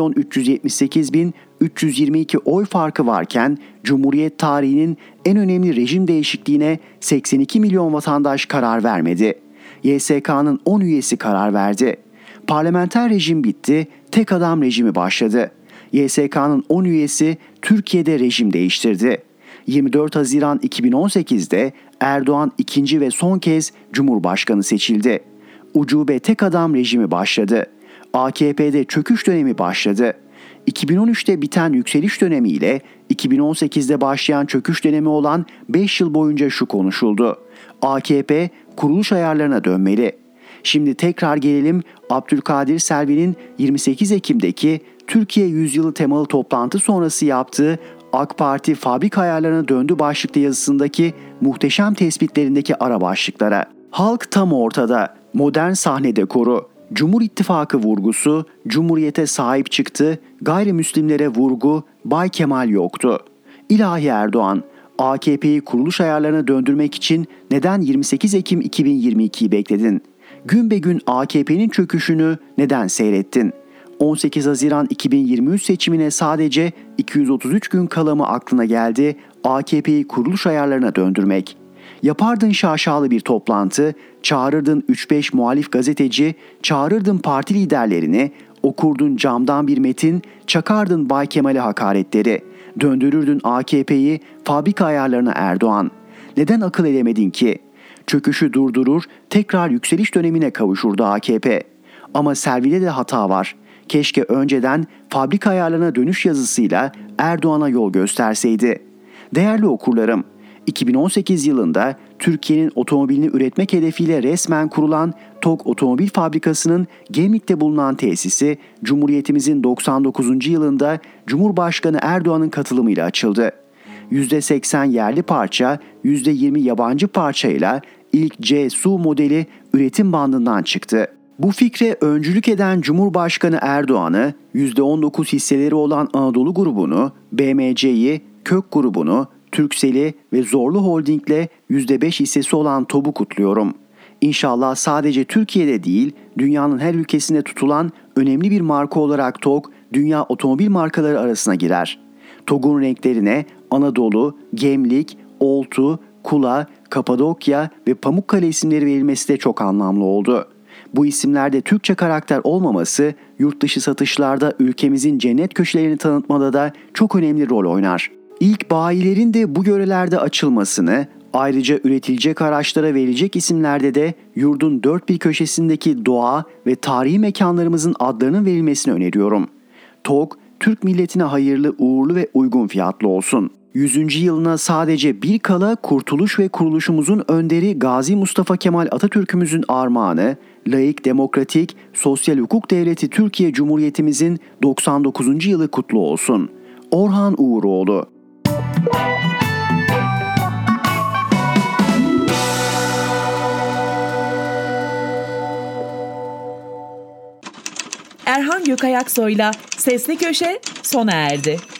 Speaker 2: 1.378.322 oy farkı varken Cumhuriyet tarihinin en önemli rejim değişikliğine 82 milyon vatandaş karar vermedi. YSK'nın 10 üyesi karar verdi. Parlamenter rejim bitti, tek adam rejimi başladı. YSK'nın 10 üyesi Türkiye'de rejim değiştirdi. 24 Haziran 2018'de Erdoğan ikinci ve son kez Cumhurbaşkanı seçildi. Ucube tek adam rejimi başladı. AKP'de çöküş dönemi başladı. 2013'te biten yükseliş dönemiyle 2018'de başlayan çöküş dönemi olan 5 yıl boyunca şu konuşuldu: AKP kuruluş ayarlarına dönmeli. Şimdi tekrar gelelim Abdülkadir Selvi'nin 28 Ekim'deki Türkiye Yüzyılı temalı toplantı sonrası yaptığı AK Parti fabrika ayarlarına döndü başlıklı yazısındaki muhteşem tespitlerindeki ara başlıklara. Halk tam ortada, modern sahne dekoru, Cumhur İttifakı vurgusu, Cumhuriyete sahip çıktı, gayrimüslimlere vurgu, Bay Kemal yoktu. İlahi Erdoğan, AKP'yi kuruluş ayarlarına döndürmek için neden 28 Ekim 2022'yi bekledin? Gün be gün AKP'nin çöküşünü neden seyrettin? 18 Haziran 2023 seçimine sadece 233 gün kala mı aklına geldi AKP'yi kuruluş ayarlarına döndürmek? Yapardın şaşalı bir toplantı, çağırırdın 3-5 muhalif gazeteci, çağırırdın parti liderlerini, okurdun camdan bir metin, çakardın Bay Kemal'e hakaretleri, döndürürdün AKP'yi fabrika ayarlarına Erdoğan. Neden akıl edemedin ki? Çöküşü durdurur, tekrar yükseliş dönemine kavuşurdu AKP. Ama Selvi'de de hata var. Keşke önceden fabrika ayarlarına dönüş yazısıyla Erdoğan'a yol gösterseydi. Değerli okurlarım, 2018 yılında Türkiye'nin otomobilini üretmek hedefiyle resmen kurulan TOG Otomobil Fabrikası'nın Gemlik'te bulunan tesisi Cumhuriyetimizin 99. yılında Cumhurbaşkanı Erdoğan'ın katılımıyla açıldı. %80 yerli parça, %20 yabancı parçayla ilk C-SU modeli üretim bandından çıktı. Bu fikre öncülük eden Cumhurbaşkanı Erdoğan'ı, %19 hisseleri olan Anadolu grubunu, BMC'yi, Kök grubunu, Turkcell'i ve Zorlu Holding'le %5 hissesi olan TOG'u kutluyorum. İnşallah sadece Türkiye'de değil, dünyanın her ülkesinde tutulan önemli bir marka olarak TOG, dünya otomobil markaları arasına girer. TOG'un renklerine Anadolu, Gemlik, Oltu, Kula, Kapadokya ve Pamukkale isimleri verilmesi de çok anlamlı oldu. Bu isimlerde Türkçe karakter olmaması, yurt dışı satışlarda ülkemizin cennet köşelerini tanıtmada da çok önemli rol oynar. İlk bayilerin de bu yörelerde açılmasını, ayrıca üretilecek araçlara verilecek isimlerde de yurdun dört bir köşesindeki doğa ve tarihi mekanlarımızın adlarının verilmesini öneriyorum. TOG, Türk milletine hayırlı, uğurlu ve uygun fiyatlı olsun. 100. yılına sadece bir kala kurtuluş ve kuruluşumuzun önderi Gazi Mustafa Kemal Atatürk'ümüzün armağanı, laik, demokratik, sosyal hukuk devleti Türkiye Cumhuriyetimizin 99. yılı kutlu olsun. Orhan Uğuroğlu.
Speaker 1: Erhan Gökayaksoy'la Sesli Köşe sona erdi.